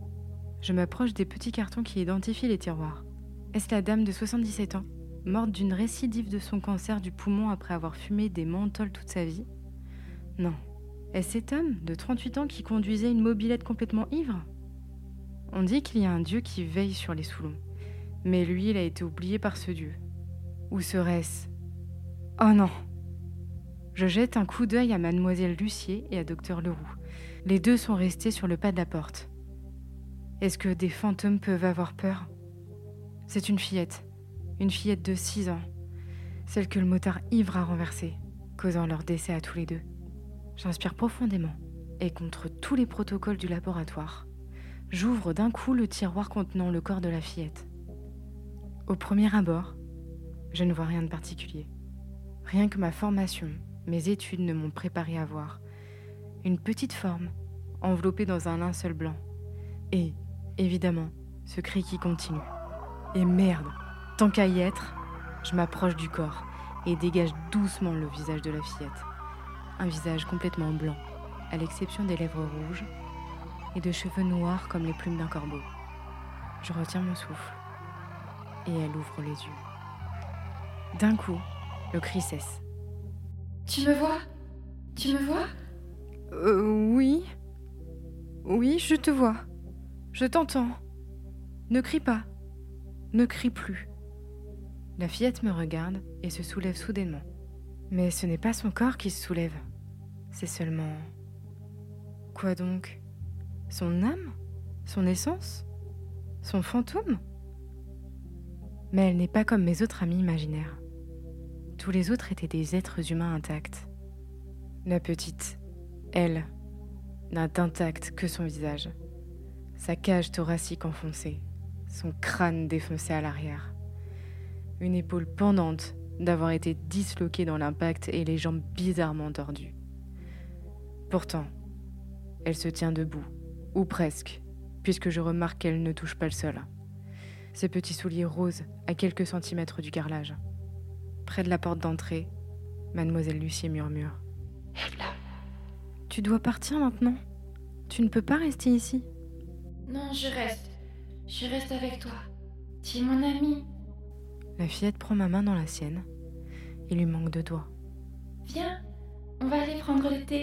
Je m'approche des petits cartons qui identifient les tiroirs. Est-ce la dame de 77 ans, morte d'une récidive de son cancer du poumon après avoir fumé des menthols toute sa vie ? Non. Est-ce cet homme de 38 ans qui conduisait une mobilette complètement ivre ? On dit qu'il y a un dieu qui veille sur les Soulons. Mais lui, il a été oublié par ce dieu. Ou serait-ce... Oh non ! Je jette un coup d'œil à mademoiselle Lucier et à docteur Leroux. Les deux sont restés sur le pas de la porte. Est-ce que des fantômes peuvent avoir peur ? C'est une fillette de 6 ans. Celle que le motard ivre a renversée, causant leur décès à tous les deux. J'inspire profondément, et contre tous les protocoles du laboratoire, j'ouvre d'un coup le tiroir contenant le corps de la fillette. Au premier abord, je ne vois rien de particulier. Rien que ma formation, mes études ne m'ont préparé à voir. Une petite forme, enveloppée dans un linceul blanc. Et, évidemment, ce cri qui continue. Et merde, tant qu'à y être, je m'approche du corps et dégage doucement le visage de la fillette. Un visage complètement blanc, à l'exception des lèvres rouges et de cheveux noirs comme les plumes d'un corbeau. Je retiens mon souffle et elle ouvre les yeux. D'un coup, le cri cesse. Tu me vois ? Tu me vois ? Oui. Oui, je te vois. Je t'entends. Ne crie pas. Ne crie plus. La fillette me regarde et se soulève soudainement. Mais ce n'est pas son corps qui se soulève. C'est seulement... Quoi donc? Son âme? Son essence? Son fantôme? Mais elle n'est pas comme mes autres amis imaginaires. Tous les autres étaient des êtres humains intacts. La petite, elle, n'a d'intact que son visage, sa cage thoracique enfoncée, son crâne défoncé à l'arrière, une épaule pendante d'avoir été disloquée dans l'impact et les jambes bizarrement tordues. Pourtant, elle se tient debout, ou presque, puisque je remarque qu'elle ne touche pas le sol. Ses petits souliers roses à quelques centimètres du carrelage. Près de la porte d'entrée, Mademoiselle Lucie murmure. « Eve-la, tu dois partir maintenant. Tu ne peux pas rester ici. » « Non, je reste. Je reste avec toi. Tu es mon amie. » La fillette prend ma main dans la sienne. Il lui manque 2 doigts. « Viens, on va aller prendre le thé. »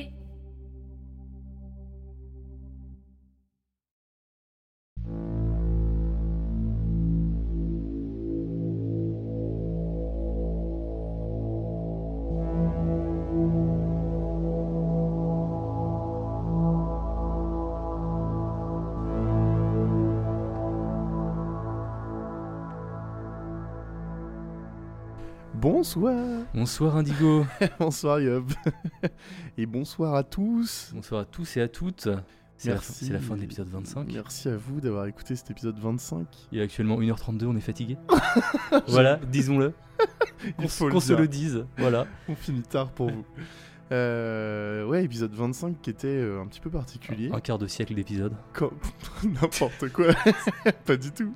Bonsoir. Bonsoir Indigo. Bonsoir Yob. Et bonsoir à tous. Bonsoir à tous et à toutes. C'est Merci. la fin de l'épisode 25. Merci à vous d'avoir écouté cet épisode 25. Il est actuellement 1h32, on est fatigué. Voilà, disons-le. Il faut Qu'on le se dire. le dise, voilà. On finit tard pour vous. Ouais, épisode 25 qui était un petit peu particulier. Un quart de siècle d'épisode. N'importe quoi. Pas du tout.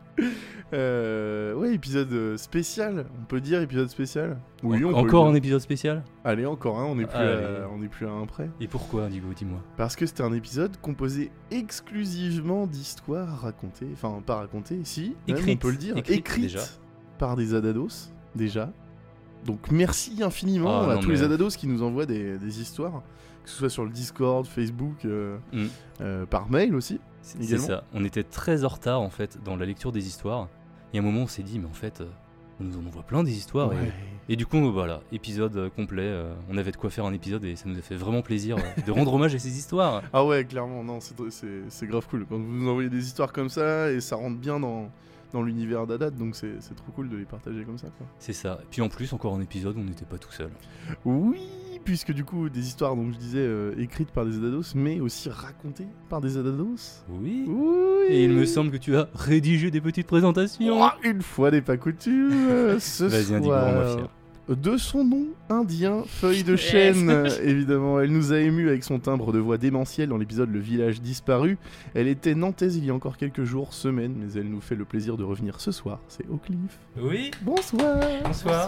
Ouais, épisode spécial. On peut dire épisode spécial. Oui, on peut Encore le un dire. épisode spécial. Allez, encore un. On n'est plus, Allez. on est plus à un près. Et pourquoi Indigo, dis-moi? Parce que c'était un épisode composé exclusivement d'histoires racontées. Enfin, pas racontées, si. même, Écrites. on peut le dire. Écrites, Écrites déjà. par des Adados, déjà. Donc merci infiniment Ah, à non, tous mais- les Adados qui nous envoient des histoires. Que ce soit sur le Discord, Facebook, par mail aussi. C'est Également. ça. On était très en retard en fait dans la lecture des histoires. Et à un moment on s'est dit mais en fait on nous en envoie plein des histoires. Ouais. Et du coup voilà, épisode complet. On avait de quoi faire un épisode et ça nous a fait vraiment plaisir de rendre hommage à ces histoires. Ah ouais, clairement, non, c'est grave cool. Quand vous nous envoyez des histoires comme ça, et ça rentre bien dans l'univers d'Adat, donc c'est trop cool de les partager comme ça, quoi. C'est ça. Et puis en plus encore un épisode, on n'était pas tout seul. Oui, puisque du coup, des histoires, donc je disais, écrites par des Adados, mais aussi racontées par des Adados. Oui. Oui. Et il me semble que tu as rédigé des petites présentations. Oh, une fois n'est pas coutume, ce Vas-y Indigo, rends-moi soir. fier. De son nom indien, Feuille de chêne, évidemment. Elle nous a émus avec son timbre de voix démentiel dans l'épisode Le village disparu. Elle était nantaise il y a encore quelques jours, semaines, mais elle nous fait le plaisir de revenir ce soir. C'est Oakleaf. Oui. Bonsoir. Bonsoir.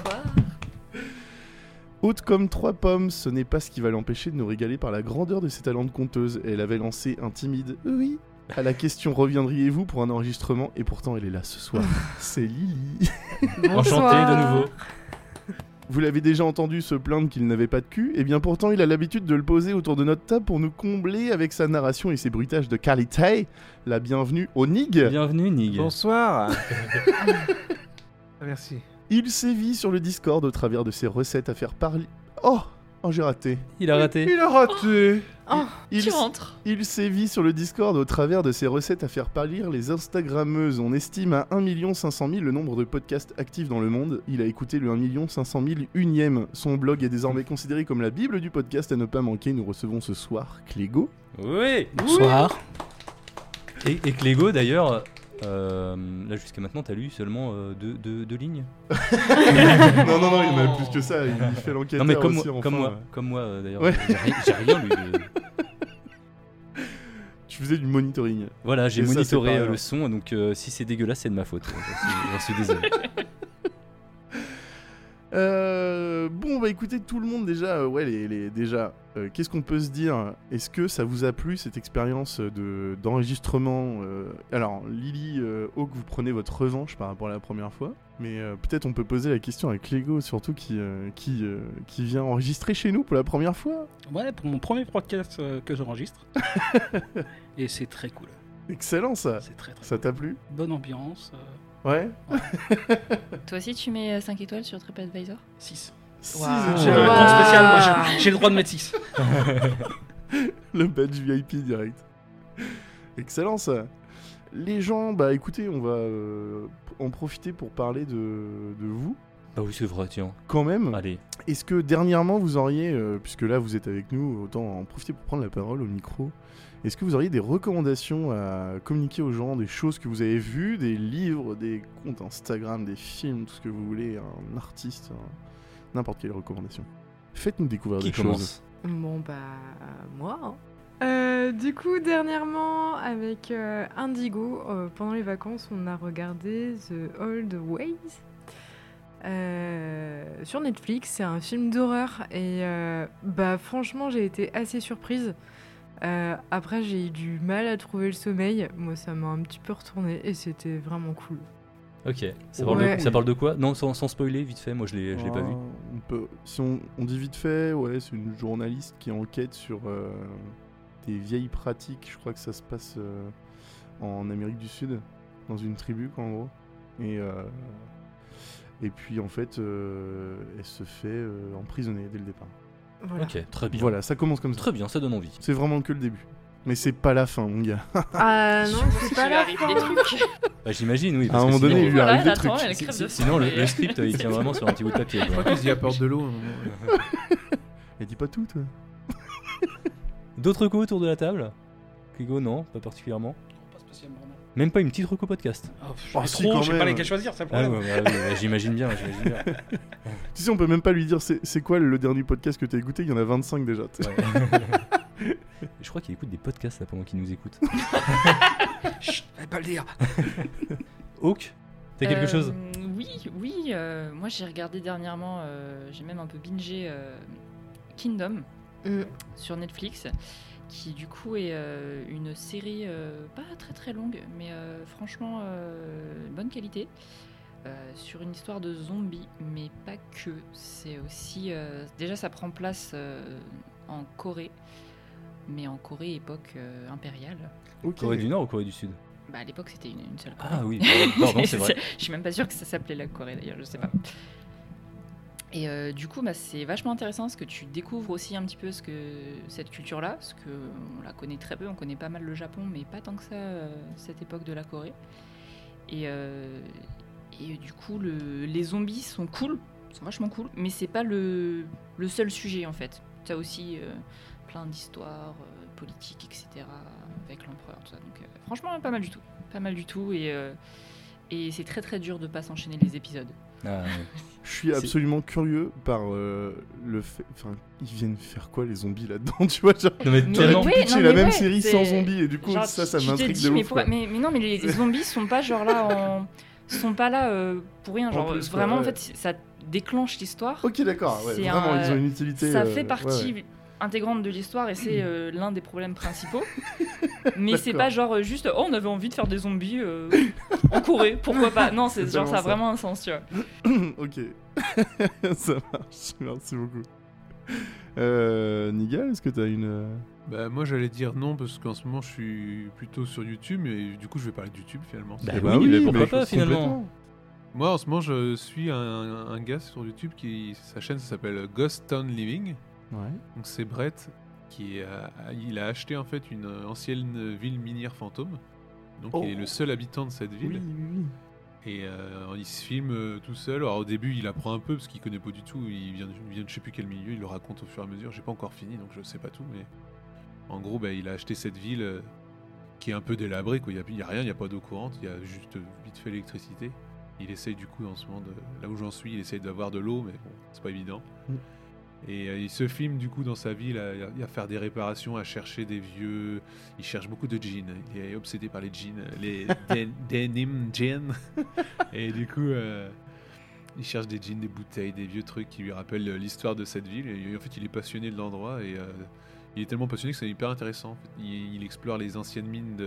Haute comme 3 pommes, ce n'est pas ce qui va l'empêcher de nous régaler par la grandeur de ses talents de conteuse. Elle avait lancé un timide « oui » à la question « reviendriez-vous pour un enregistrement ?» Et pourtant elle est là ce soir. C'est Lily. Enchanté de nouveau. Vous l'avez déjà entendu se plaindre qu'il n'avait pas de cul, et bien pourtant il a l'habitude de le poser autour de notre table pour nous combler avec sa narration et ses bruitages de qualité. La bienvenue au Nig. Bienvenue Nig. Bonsoir. Merci. Il sévit sur le Discord au travers de ses recettes à faire parler... Oh, j'ai raté. Il a raté. Il a raté. Oh, Il tu s- rentres. Il sévit sur le Discord au travers de ses recettes à faire pâlir les Instagrammeuses. On estime à 1 500 000 le nombre de podcasts actifs dans le monde. Il a écouté le 1 500 000 unième. Son blog est désormais considéré comme la bible du podcast à ne pas manquer. Nous recevons ce soir Clégo. Oui. Bonsoir. Et Clégo d'ailleurs, là jusqu'à maintenant t'as lu seulement deux lignes. non, il y en a plus que ça. Il fait l'enquêteur Non mais comme aussi, moi, enfin. comme moi d'ailleurs. Ouais. J'ai rien lu. Tu faisais du monitoring. Voilà, j'ai Et ça, monitoré c'est pas le son, donc si c'est dégueulasse, c'est de ma faute. J'en suis désolé. Bon, bah écoutez, tout le monde déjà, qu'est-ce qu'on peut se dire? Est-ce que ça vous a plu cette expérience d'enregistrement? Alors, Lily, Hawk, vous prenez votre revanche par rapport à la première fois, mais peut-être on peut poser la question à Clégo, surtout qui vient enregistrer chez nous pour la première fois. Ouais, pour mon premier podcast que j'enregistre. Et c'est très cool. Excellent ça. C'est très Ça t'a plu? bonne ambiance. Ouais. Toi aussi, tu mets 5 étoiles sur TripAdvisor? 6. Waouh. J'ai un Wow. compte spécial, moi j'ai le droit de mettre 6. Le badge VIP direct. Excellent ça. Les gens, bah écoutez, on va en profiter pour parler de vous, Ah oui, c'est vrai, tiens. quand même. Allez. Est-ce que dernièrement vous auriez, puisque là vous êtes avec nous, autant en profiter pour prendre la parole au micro, est-ce que vous auriez des recommandations à communiquer aux gens, des choses que vous avez vues, des livres, des comptes Instagram, des films, tout ce que vous voulez, un artiste, n'importe quelle recommandation. Faites-nous découvrir Qui des choses. commence? Bon bah moi. Hein. Du coup dernièrement avec Indigo pendant les vacances on a regardé The Old Ways sur Netflix. C'est un film d'horreur et bah franchement j'ai été assez surprise. Après j'ai eu du mal à trouver le sommeil. Moi ça m'a un petit peu retourné et c'était vraiment cool. Ok. Ouais. Ça parle de quoi? Non, sans spoiler, vite fait, moi je l'ai pas vu. Si on dit vite fait, ouais, c'est une journaliste qui enquête sur des vieilles pratiques. Je crois que ça se passe en Amérique du Sud, dans une tribu, quoi, en gros. Et puis en fait, elle se fait emprisonner dès le départ. Voilà. Ok, très bien. Voilà, ça commence comme ça. Très bien, ça donne envie. C'est vraiment que le début. Mais c'est pas la fin, mon gars. Ah non c'est pas la arrive fin. des trucs. Bah, j'imagine, oui. À Parce un que moment donné, sinon, il lui arrive des elle trucs. attend, elle crève de faim. sinon le script il tient vraiment sur un petit bout de papier. Je Quoi. crois qu'ils y apportent de l'eau. à un moment, ouais. Elle dit pas tout, toi. D'autres recos autour de la table? Kigo, non, pas particulièrement. Pas spécialement, non. Même pas une petite reco podcast. Oh, Oh, j'ai si, trop, quand je sais pas même. lesquels choisir, c'est le Ah problème. ouais, j'imagine bien. Tu sais, on peut même pas lui dire c'est quoi le dernier podcast que t'as écouté. Il y en a 25 déjà. Ouais. Je crois qu'il écoute des podcasts là pendant qu'il nous écoute. Chut, fallait pas le dire. Hawk, t'as quelque chose? Oui. Moi, j'ai regardé dernièrement, j'ai même un peu bingé Kingdom sur Netflix, qui du coup est une série pas très très longue, mais franchement bonne qualité. Sur une histoire de zombies, mais pas que. C'est aussi... déjà, ça prend place en Corée, mais en Corée époque impériale. Ok. Corée du Nord ou Corée du Sud? Bah, à l'époque, c'était une seule Corée. Ah oui, pardon, c'est vrai. Je suis même pas sûre que ça s'appelait la Corée d'ailleurs, je sais pas. Et du coup, bah, c'est vachement intéressant parce que tu découvres aussi un petit peu cette culture-là, parce qu'on la connaît très peu, on connaît pas mal le Japon, mais pas tant que ça cette époque de la Corée. Et du coup, les zombies sont cool, sont vachement cool, mais c'est pas le seul sujet en fait. T'as aussi plein d'histoires politiques, etc. avec l'empereur, tout ça. Donc franchement, pas mal du tout. Et c'est très très dur de pas s'enchaîner les épisodes. Ah, ouais. Je suis absolument curieux par le fait. Enfin, ils viennent faire quoi les zombies là-dedans, tu vois genre, Non mais Mais tellement. oui, pitcher non, la mais même ouais, série c'est- sans zombies et du coup Genre, ça tu te m'intrigue dis, de mais, ouf. Quoi. mais non, mais les zombies sont pas genre là sont pas là pour rien. En Genre plus, quoi, vraiment, ouais. en fait, ça déclenche l'histoire. Ok, d'accord. Ouais, C'est vraiment, un- ils ont une utilité. Ça fait partie ouais. intégrante de l'histoire et c'est l'un des problèmes principaux. Mais c'est D'accord. pas genre juste on avait envie de faire des zombies en Corée, pourquoi pas. Non, c'est C'est genre ça a tellement vraiment un sens, tu vois. Ok. Ça marche. Merci beaucoup. Nigal, est-ce que t'as une. Bah, moi j'allais dire non parce qu'en ce moment je suis plutôt sur YouTube et du coup je vais parler de YouTube finalement. Bah Eh oui, mais pourquoi mais pas, finalement. Moi en ce moment je suis un gars sur YouTube sa chaîne ça s'appelle Ghost Town Living. Ouais. Donc c'est Brett il a acheté en fait une ancienne ville minière fantôme. Donc Oh. il est le seul habitant de cette Oui, ville. oui. Et il se filme tout seul. Alors au début, il apprend un peu parce qu'il connaît pas du tout. Il vient de je sais plus quel milieu. Il le raconte au fur et à mesure. J'ai pas encore fini, donc je sais pas tout. Mais en gros, bah, il a acheté cette ville qui est un peu délabrée. Quoi. Il y a rien, il y a pas d'eau courante. Il y a juste vite fait l'électricité. Il essaye du coup en ce moment là où j'en suis, il essaye d'avoir de l'eau, mais bon, c'est pas évident. Mm. Et il se filme du coup dans sa ville à faire des réparations, à chercher des vieux. Il cherche beaucoup de jeans. Il est obsédé par les jeans, les denim jeans. Et du coup, il cherche des jeans, des bouteilles, des vieux trucs qui lui rappellent l'histoire de cette ville. Et en fait, il est passionné de l'endroit et il est tellement passionné que c'est hyper intéressant. En fait. Il explore les anciennes mines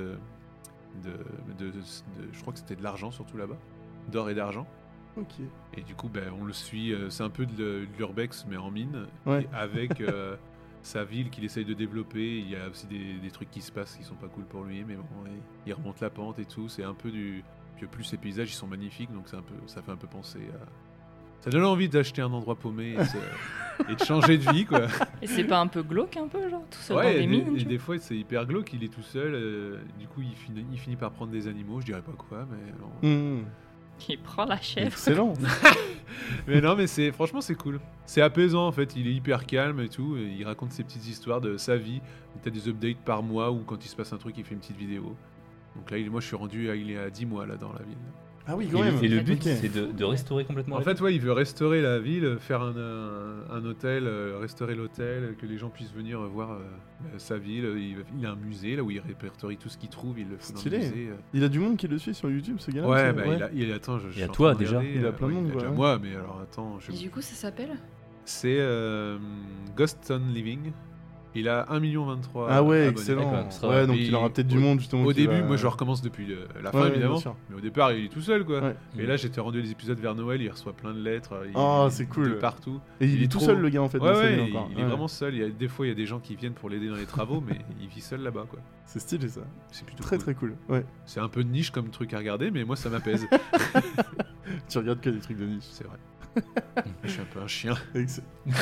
je crois que c'était de l'argent surtout là-bas, d'or et d'argent. Ok. Et du coup, on le suit. C'est un peu de l'urbex, mais en mine. Ouais. Et avec sa ville qu'il essaye de développer. Il y a aussi des trucs qui se passent qui sont pas cool pour lui. Mais bon, il remonte la pente et tout. C'est un peu du. Puis plus, ces paysages, ils sont magnifiques. Donc ça fait un peu penser Ça donne envie d'acheter un endroit paumé et de changer de vie, quoi. Et c'est pas un peu glauque, un peu, genre, tout seul Ouais, dans et des mines tu vois des fois c'est hyper glauque, il est tout seul, du coup il finit par prendre des animaux, je dirais pas quoi, mais non. Mmh. Il prend la chèvre. Excellent. Mais non, mais franchement c'est cool. C'est apaisant en fait, il est hyper calme et tout, et il raconte ses petites histoires de sa vie. T'as des updates par mois ou quand il se passe un truc, il fait une petite vidéo. Donc là, moi je suis rendu, il est à 10 mois là dans la ville. Ah oui, quand même. Et le but, Ok. c'est de restaurer complètement En la fait, ouais, il veut restaurer la ville, faire un hôtel, restaurer l'hôtel, que les gens puissent venir voir sa ville. Il a un musée là où il répertorie tout ce qu'il trouve, il le fout dans le Stylé. musée. Il a du monde qui le suit sur YouTube, ce gars-là. Ouais, c'est- bah attends, je Et suis à en toi, train de déjà. regarder, Il a plein de monde, il a quoi, déjà ouais. moi, mais alors attends, Et du coup, ça s'appelle c'est Ghost Town Living. Il a 1,23 million Ah ouais, abonnés. excellent. D'accord, ça Ouais, va. donc Et il aura peut-être du au- monde justement. Au qui début, va- moi je recommence depuis la fin Ouais, évidemment, bien sûr. mais au départ il est tout seul quoi. Ouais. Et là j'étais rendu les épisodes vers Noël, il reçoit plein de lettres, Oh, c'est cool. de partout. Et il est tout trop- seul, le gars, en fait. Ouais, dans sa ouais, vie il, encore. il est Ouais. vraiment seul. Des fois il y a des gens qui viennent pour l'aider dans les travaux, mais il vit seul là-bas quoi. C'est stylé ça. C'est plutôt Très cool. très cool. Ouais. C'est un peu de niche comme truc à regarder, mais moi ça m'apaise. Tu regardes que des trucs de niche. C'est vrai. Je suis un peu un chien. Ex-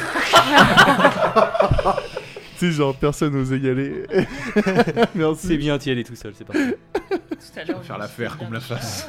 Tu sais, genre personne n'osait y aller. Merci. C'est bien, t'y aller tout seul, c'est parfait. Tout à l'heure. Faire l'affaire qu'on me la fasse.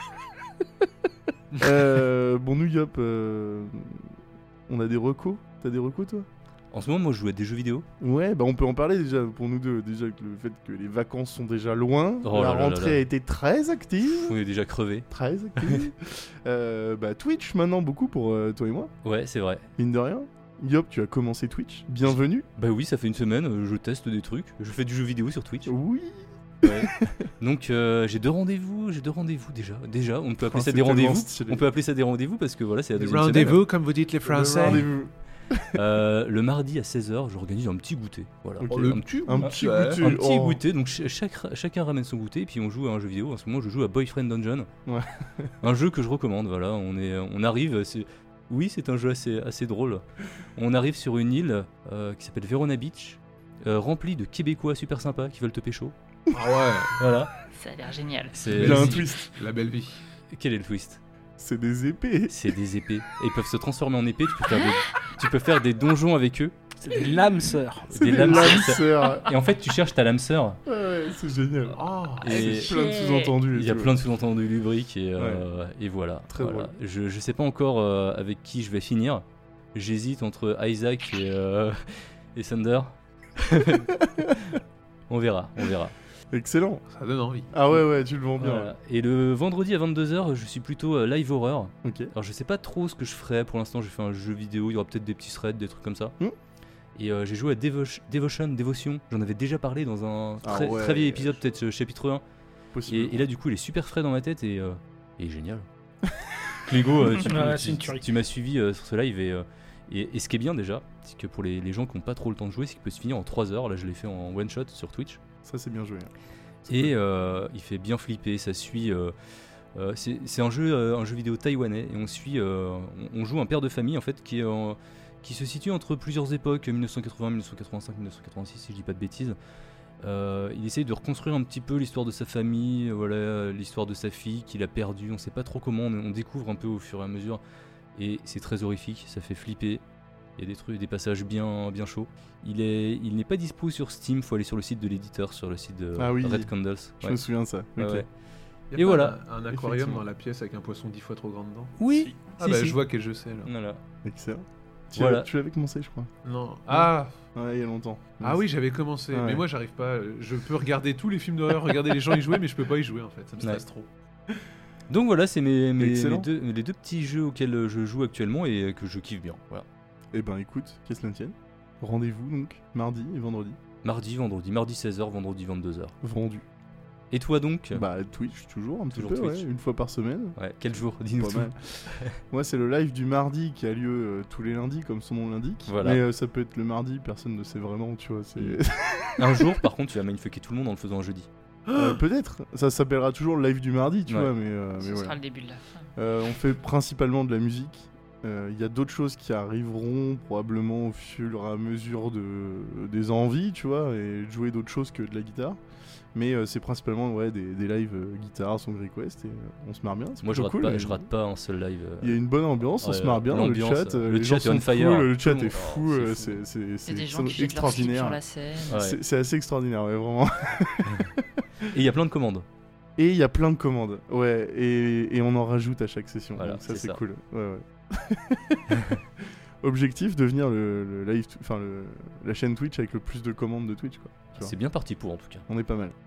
Bon, nous, Yop, on a des recos. T'as des recos, toi? En ce moment, moi, je joue à des jeux vidéo. Ouais, bah on peut en parler déjà pour nous deux. Déjà que le fait que les vacances sont déjà loin, Oh la là là rentrée là là. a été très active. On est déjà crevé. Très active. Bah Twitch maintenant beaucoup pour toi et moi, Ouais, c'est vrai. mine de rien. Yop, tu as commencé Twitch. Bienvenue. Bah oui, ça fait une semaine, je teste des trucs. Je fais du jeu vidéo sur Twitch. Oui. Ouais. Donc j'ai deux rendez-vous déjà. On peut appeler Oh, ça c'est des rendez-vous. tellement stylé. On peut appeler ça des rendez-vous parce que voilà, c'est la deuxième Rendez-vous, comme vous dites les Le Français. rendez-vous. semaine. Le mardi à 16h, j'organise un petit goûter. Voilà. Ok. Oh, le un, petit Un goûter. petit Ouais. goûter. un petit Oh. goûter. Donc chacun ramène son goûter et puis on joue à un jeu vidéo. En ce moment, je joue à Boyfriend Dungeon. Ouais. Un jeu que je recommande. Voilà, on arrive. Oui, c'est un jeu assez drôle. On arrive sur une île qui s'appelle Verona Beach, remplie de Québécois super sympas qui veulent te pécho. Ah ouais, Voilà. Ça a l'air génial. Il a un twist. la belle vie. Quel est le twist? C'est des épées. C'est des épées. Et ils peuvent se transformer en épées. Tu peux faire des donjons avec eux. C'est des lames sœurs. C'est Des des lames lames sœurs. sœurs. Et en fait, tu cherches ta lame sœur. Ouais, c'est génial. Oh, Et C'est plein de sous-entendus. et il y a tout. plein de sous-entendus lubriques et voilà. Très Voilà. drôle. Je sais pas encore avec qui je vais finir. J'hésite entre Isaac et Thunder. On verra. Excellent. ça donne envie. Ah ouais, tu le vends bien. Voilà. Et le vendredi à 22h, je suis plutôt live horror. Ok. Alors je sais pas trop ce que je ferai. Pour l'instant, j'ai fait un jeu vidéo. Il y aura peut-être des petits threads, des trucs comme ça. Et j'ai joué à Devotion. J'en avais déjà parlé dans un Ah très, ouais. très vieil épisode, peut-être chapitre 1. Possible. Et là, du coup, il est super frais dans ma tête et génial. Clégo, Ouais, c'est une tuerie. tu m'as suivi sur ce live et ce qui est bien déjà, c'est que pour les gens qui n'ont pas trop le temps de jouer, c'est qu'il peut se finir en 3 heures. Là, je l'ai fait en one shot sur Twitch. Ça, c'est bien joué. Et il fait bien flipper, ça suit. C'est un jeu vidéo taïwanais et on suit, on joue un père de famille en fait qui se situe entre plusieurs époques, 1980, 1985, 1986 si je dis pas de bêtises. Il essaye de reconstruire un petit peu l'histoire de sa famille, voilà, l'histoire de sa fille qu'il a perdue. On sait pas trop comment, on découvre un peu au fur et à mesure et c'est très horrifique, ça fait flipper. Il y a des trucs, des passages bien chauds. Il n'est pas dispo sur Steam, faut aller sur le site de l'éditeur, sur le site de Ah oui. Red Candles. Je Ouais. me souviens de ça. Ouais, Ok. ouais. Y a Et pas voilà. Un aquarium Effectivement. dans la pièce avec un poisson 10 fois trop grand dedans. Oui. Ah Si, bah si. je vois quel jeu c'est là. Voilà. Excellent. Voilà. Tu l'avais commencé, je crois. Non. Ah. Ouais, il y a longtemps. Ah oui, j'avais commencé, Ouais. mais moi j'arrive pas. Je peux regarder tous les films d'horreur, regarder les gens y jouer, mais je peux pas y jouer en fait. Ça me stresse trop. Donc voilà, c'est mes Excellent. les deux petits jeux auxquels je joue actuellement et que je kiffe bien. Voilà. Eh ben écoute, qu'est-ce que tienne. Rendez-vous donc mardi et vendredi. Mardi 16h, vendredi 22h. Vendu. Et toi donc Bah Twitch toujours un petit Toujours peu, Twitch. ouais, une fois par semaine. Ouais, quel jour Dis-nous Pas tout. mal. Moi c'est le live du mardi qui a lieu tous les lundis comme son nom l'indique. Voilà. Mais ça peut être le mardi, personne ne sait vraiment, tu vois. C'est Un jour, par contre, tu vas mindfucker tout le monde en le faisant un jeudi. peut-être. Ça s'appellera toujours le live du mardi, tu Ouais. vois. Mais Ce voilà. sera le début de la fin. On fait principalement de la musique. Il y a d'autres choses qui arriveront probablement au fur et à mesure des envies, tu vois, et de jouer d'autres choses que de la guitare. Mais c'est principalement des lives guitare, song request, et on se marre bien. C'est Moi, je plutôt rate, cool, pas, et je rate pas un seul live. Il y a une bonne ambiance, on se marre bien, le l'ambiance, chat, le les chat gens est on sont fire. cool, le chat Tout le est monde- fou, c'est c'est Il y a des gens qui jettent leur slip extraordinaire. sur la scène. Ouais. C'est assez extraordinaire, ouais, vraiment. Et il y a plein de commandes. Et il y a plein de commandes, ouais, et on en rajoute à chaque session, Voilà, donc ça c'est c'est ça. cool. Ouais. Objectif, devenir le live, la chaîne Twitch avec le plus de commandes de Twitch, quoi. Tu vois. C'est bien parti pour, en tout cas. On est pas mal.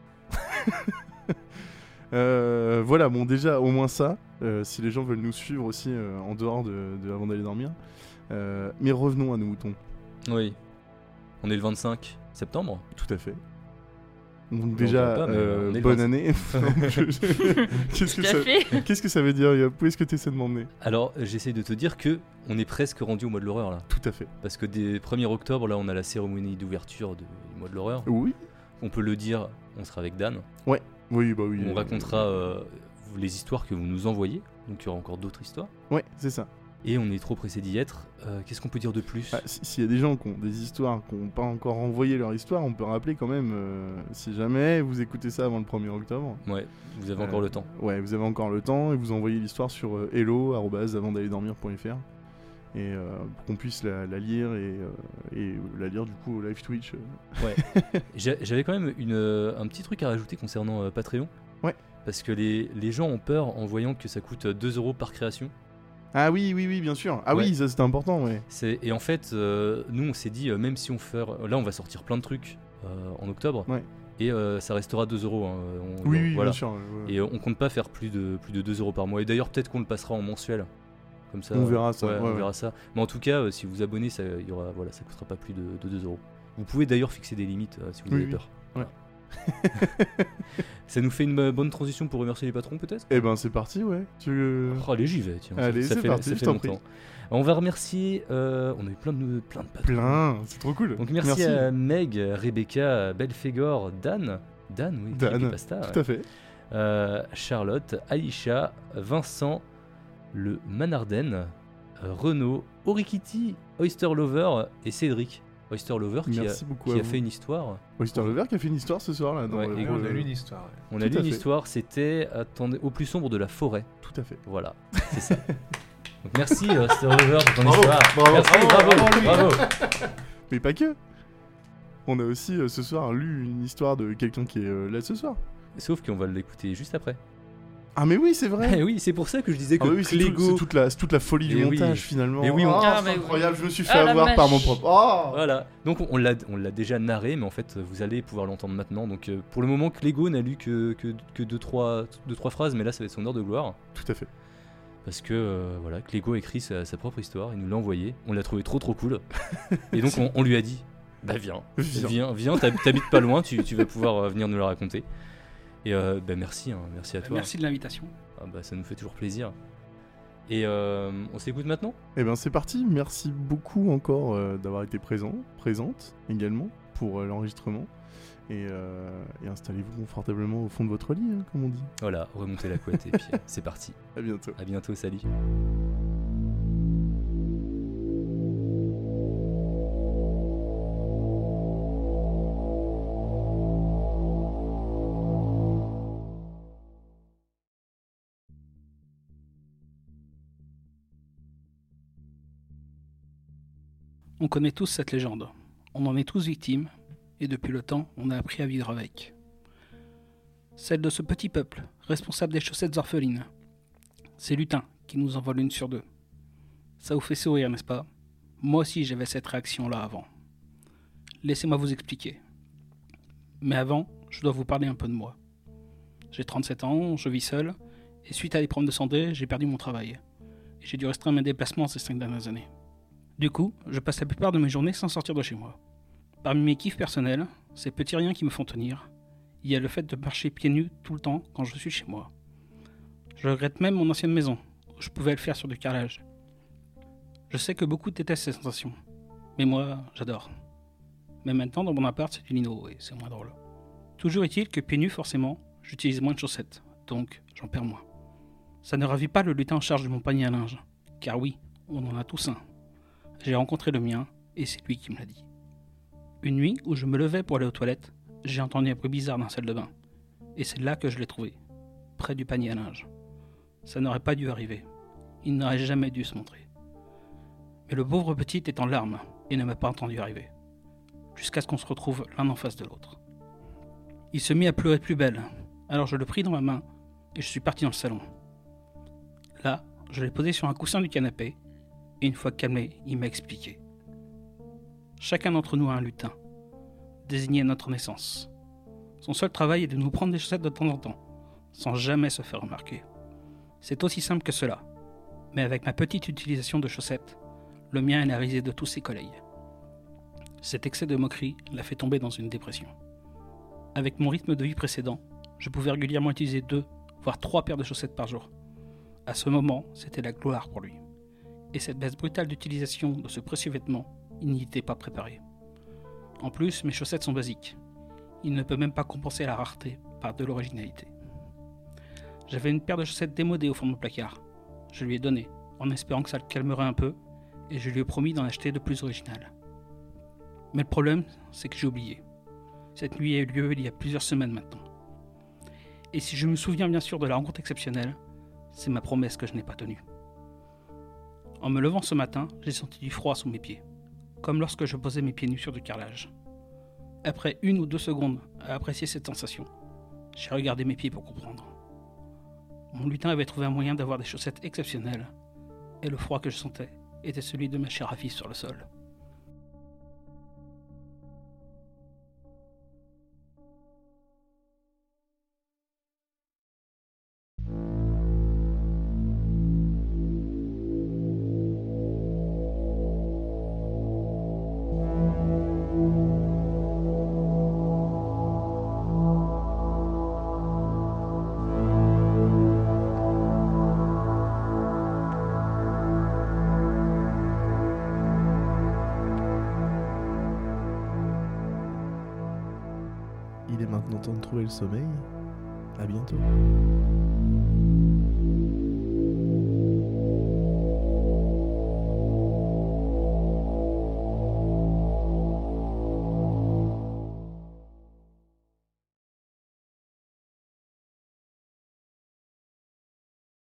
Voilà, bon déjà au moins ça, si les gens veulent nous suivre aussi en dehors de avant d'aller dormir. Mais revenons à nos moutons. Oui. On est le 25 septembre. Tout à fait. Donc On déjà, l'entend pas, mais, on est le bonne 25. année. Qu'est-ce que Tout à ça... fait. Qu'est-ce que ça veut dire, Yop? Où est-ce que tu essaies de m'emmener? Alors, j'essaie de te dire que on est presque rendu au mois de l'horreur là. Tout à fait. Parce que dès 1er octobre, là, on a la cérémonie d'ouverture du mois de l'horreur. Oui. On peut le dire, on sera avec Dan. Oui, bah oui. On racontera les histoires que vous nous envoyez. Donc, il y aura encore d'autres histoires. Ouais, c'est ça. Et on est trop pressé d'y être. Qu'est-ce qu'on peut dire de plus? Ah, s'il y a des gens qui ont des histoires, qui n'ont pas encore envoyé leur histoire, on peut rappeler quand même, si jamais vous écoutez ça avant le 1er octobre. Ouais, vous avez encore le temps. Ouais, vous avez encore le temps et vous envoyez l'histoire sur hello@avantdallerdormir.fr et pour qu'on puisse la lire et la lire du coup au live Twitch. Ouais. J'avais quand même un petit truc à rajouter concernant Patreon. Ouais. Parce que les gens ont peur en voyant que ça coûte 2 € par création. Ah oui, bien sûr. Ah Ouais. oui, ça c'était important, ouais. Et en fait, nous on s'est dit, même si on fait. Là, on va sortir plein de trucs en octobre. Ouais. Et ça restera 2 €. Hein. Oui, voilà. bien sûr. Ouais. Et on compte pas faire plus de 2 € par mois. Et d'ailleurs, peut-être qu'on le passera en mensuel. Comme ça. On verra ça, Ouais, ouais, on ouais. verra ça. Mais en tout cas, si vous abonnez, ça coûtera pas plus de 2 €. Vous pouvez d'ailleurs fixer des limites si vous Oui, avez oui. peur. Ouais. Ça nous fait une bonne transition pour remercier les patrons, peut-être? Eh ben c'est parti, ouais. Oh, allez, j'y vais, tiens. Allez, ça c'est fait, parti, ça je fait t'en prie. longtemps. On va remercier. On a eu plein de patrons. Plein, c'est trop cool. Donc merci à Meg, Rebecca, Belphégor, Dan, oui, Dan, Creepypasta, Tout à fait. Charlotte, Aisha, Vincent, le Manarden, Renaud, Orikiti, Oyster Lover et Cédric. Oyster Lover Merci beaucoup qui à a vous. fait une histoire. Oyster Lover qui a fait une histoire ce soir là. Dans Ouais, le- et On a lu une histoire. ouais. On Tout a lu à une fait. histoire, c'était au plus sombre de la forêt. Tout à fait. Voilà, c'est ça. Donc merci Oyster Lover pour ton Bravo, histoire. bravo, Merci, bravo. Mais pas que. On a aussi ce soir lu une histoire de quelqu'un qui est là ce soir. Sauf qu'on va l'écouter juste après. Ah mais oui, c'est vrai. Eh oui, c'est pour ça que je disais que Ah oui, c'est Clégo... c'est toute la folie du Mais oui. montage finalement. Mais oui, Oh, Ah, c'est mais oui. incroyable, je me suis fait Ah, la avoir par mon machine. propre. Oh Voilà, donc on l'a déjà narré, mais en fait vous allez pouvoir l'entendre maintenant. Donc pour le moment, Clégo n'a lu que 2-3 phrases, mais là ça va être son heure de gloire. Tout à fait. Parce que voilà, Clégo a écrit sa propre histoire, il nous l'a envoyé, on l'a trouvé trop cool. Et donc on lui a dit, bah viens, t'habites pas loin, tu vas pouvoir venir nous la raconter. Et bah merci à toi. Merci de l'invitation. Ah bah, ça nous fait toujours plaisir. Et on s'écoute maintenant? Eh bien c'est parti, merci beaucoup encore d'avoir été présente également pour l'enregistrement. Et installez-vous confortablement au fond de votre lit, hein, comme on dit. Voilà, remontez la couette et puis c'est parti. À bientôt. À bientôt, salut. On connaît tous cette légende. On en est tous victimes, et depuis le temps, on a appris à vivre avec. Celle de ce petit peuple, responsable des chaussettes orphelines. Ces lutins qui nous en volent une sur deux. Ça vous fait sourire, n'est-ce pas? Moi aussi j'avais cette réaction-là avant. Laissez-moi vous expliquer. Mais avant, je dois vous parler un peu de moi. J'ai 37 ans, je vis seul, et suite à des problèmes de santé, j'ai perdu mon travail. Et j'ai dû restreindre mes déplacements ces 5 dernières années. Du coup, je passe la plupart de mes journées sans sortir de chez moi. Parmi mes kiffs personnels, ces petits riens qui me font tenir, il y a le fait de marcher pieds nus tout le temps quand je suis chez moi. Je regrette même mon ancienne maison, où je pouvais le faire sur du carrelage. Je sais que beaucoup détestent ces sensations, mais moi, j'adore. Mais maintenant, dans mon appart, c'est du lino et c'est moins drôle. Toujours est-il que pieds nus, forcément, j'utilise moins de chaussettes, donc j'en perds moins. Ça ne ravit pas le lutin en charge de mon panier à linge, car oui, on en a tous un. J'ai rencontré le mien, et c'est lui qui me l'a dit. Une nuit où je me levais pour aller aux toilettes, j'ai entendu un bruit bizarre dans la salle de bain. Et c'est là que je l'ai trouvé, près du panier à linge. Ça n'aurait pas dû arriver. Il n'aurait jamais dû se montrer. Mais le pauvre petit est en larmes et ne m'a pas entendu arriver. Jusqu'à ce qu'on se retrouve l'un en face de l'autre. Il se mit à pleurer de plus belle, alors je le pris dans ma main et je suis parti dans le salon. Là, je l'ai posé sur un coussin du canapé et une fois calmé, il m'a expliqué. Chacun d'entre nous a un lutin, désigné à notre naissance. Son seul travail est de nous prendre des chaussettes de temps en temps, sans jamais se faire remarquer. C'est aussi simple que cela, mais avec ma petite utilisation de chaussettes, le mien est la risée de tous ses collègues. Cet excès de moquerie l'a fait tomber dans une dépression. Avec mon rythme de vie précédent, je pouvais régulièrement utiliser 2, voire 3 paires de chaussettes par jour. À ce moment, c'était la gloire pour lui. Et cette baisse brutale d'utilisation de ce précieux vêtement, il n'y était pas préparé. En plus, mes chaussettes sont basiques. Il ne peut même pas compenser la rareté par de l'originalité. J'avais une paire de chaussettes démodées au fond de mon placard. Je lui ai donné, en espérant que ça le calmerait un peu, et je lui ai promis d'en acheter de plus originales. Mais le problème, c'est que j'ai oublié. Cette nuit a eu lieu il y a plusieurs semaines maintenant. Et si je me souviens bien sûr de la rencontre exceptionnelle, c'est ma promesse que je n'ai pas tenue. En me levant ce matin, j'ai senti du froid sous mes pieds, comme lorsque je posais mes pieds nus sur du carrelage. Après 1 ou 2 secondes à apprécier cette sensation, j'ai regardé mes pieds pour comprendre. Mon lutin avait trouvé un moyen d'avoir des chaussettes exceptionnelles, et le froid que je sentais était celui de ma chair assise sur le sol. Il est maintenant temps de trouver le sommeil. À bientôt.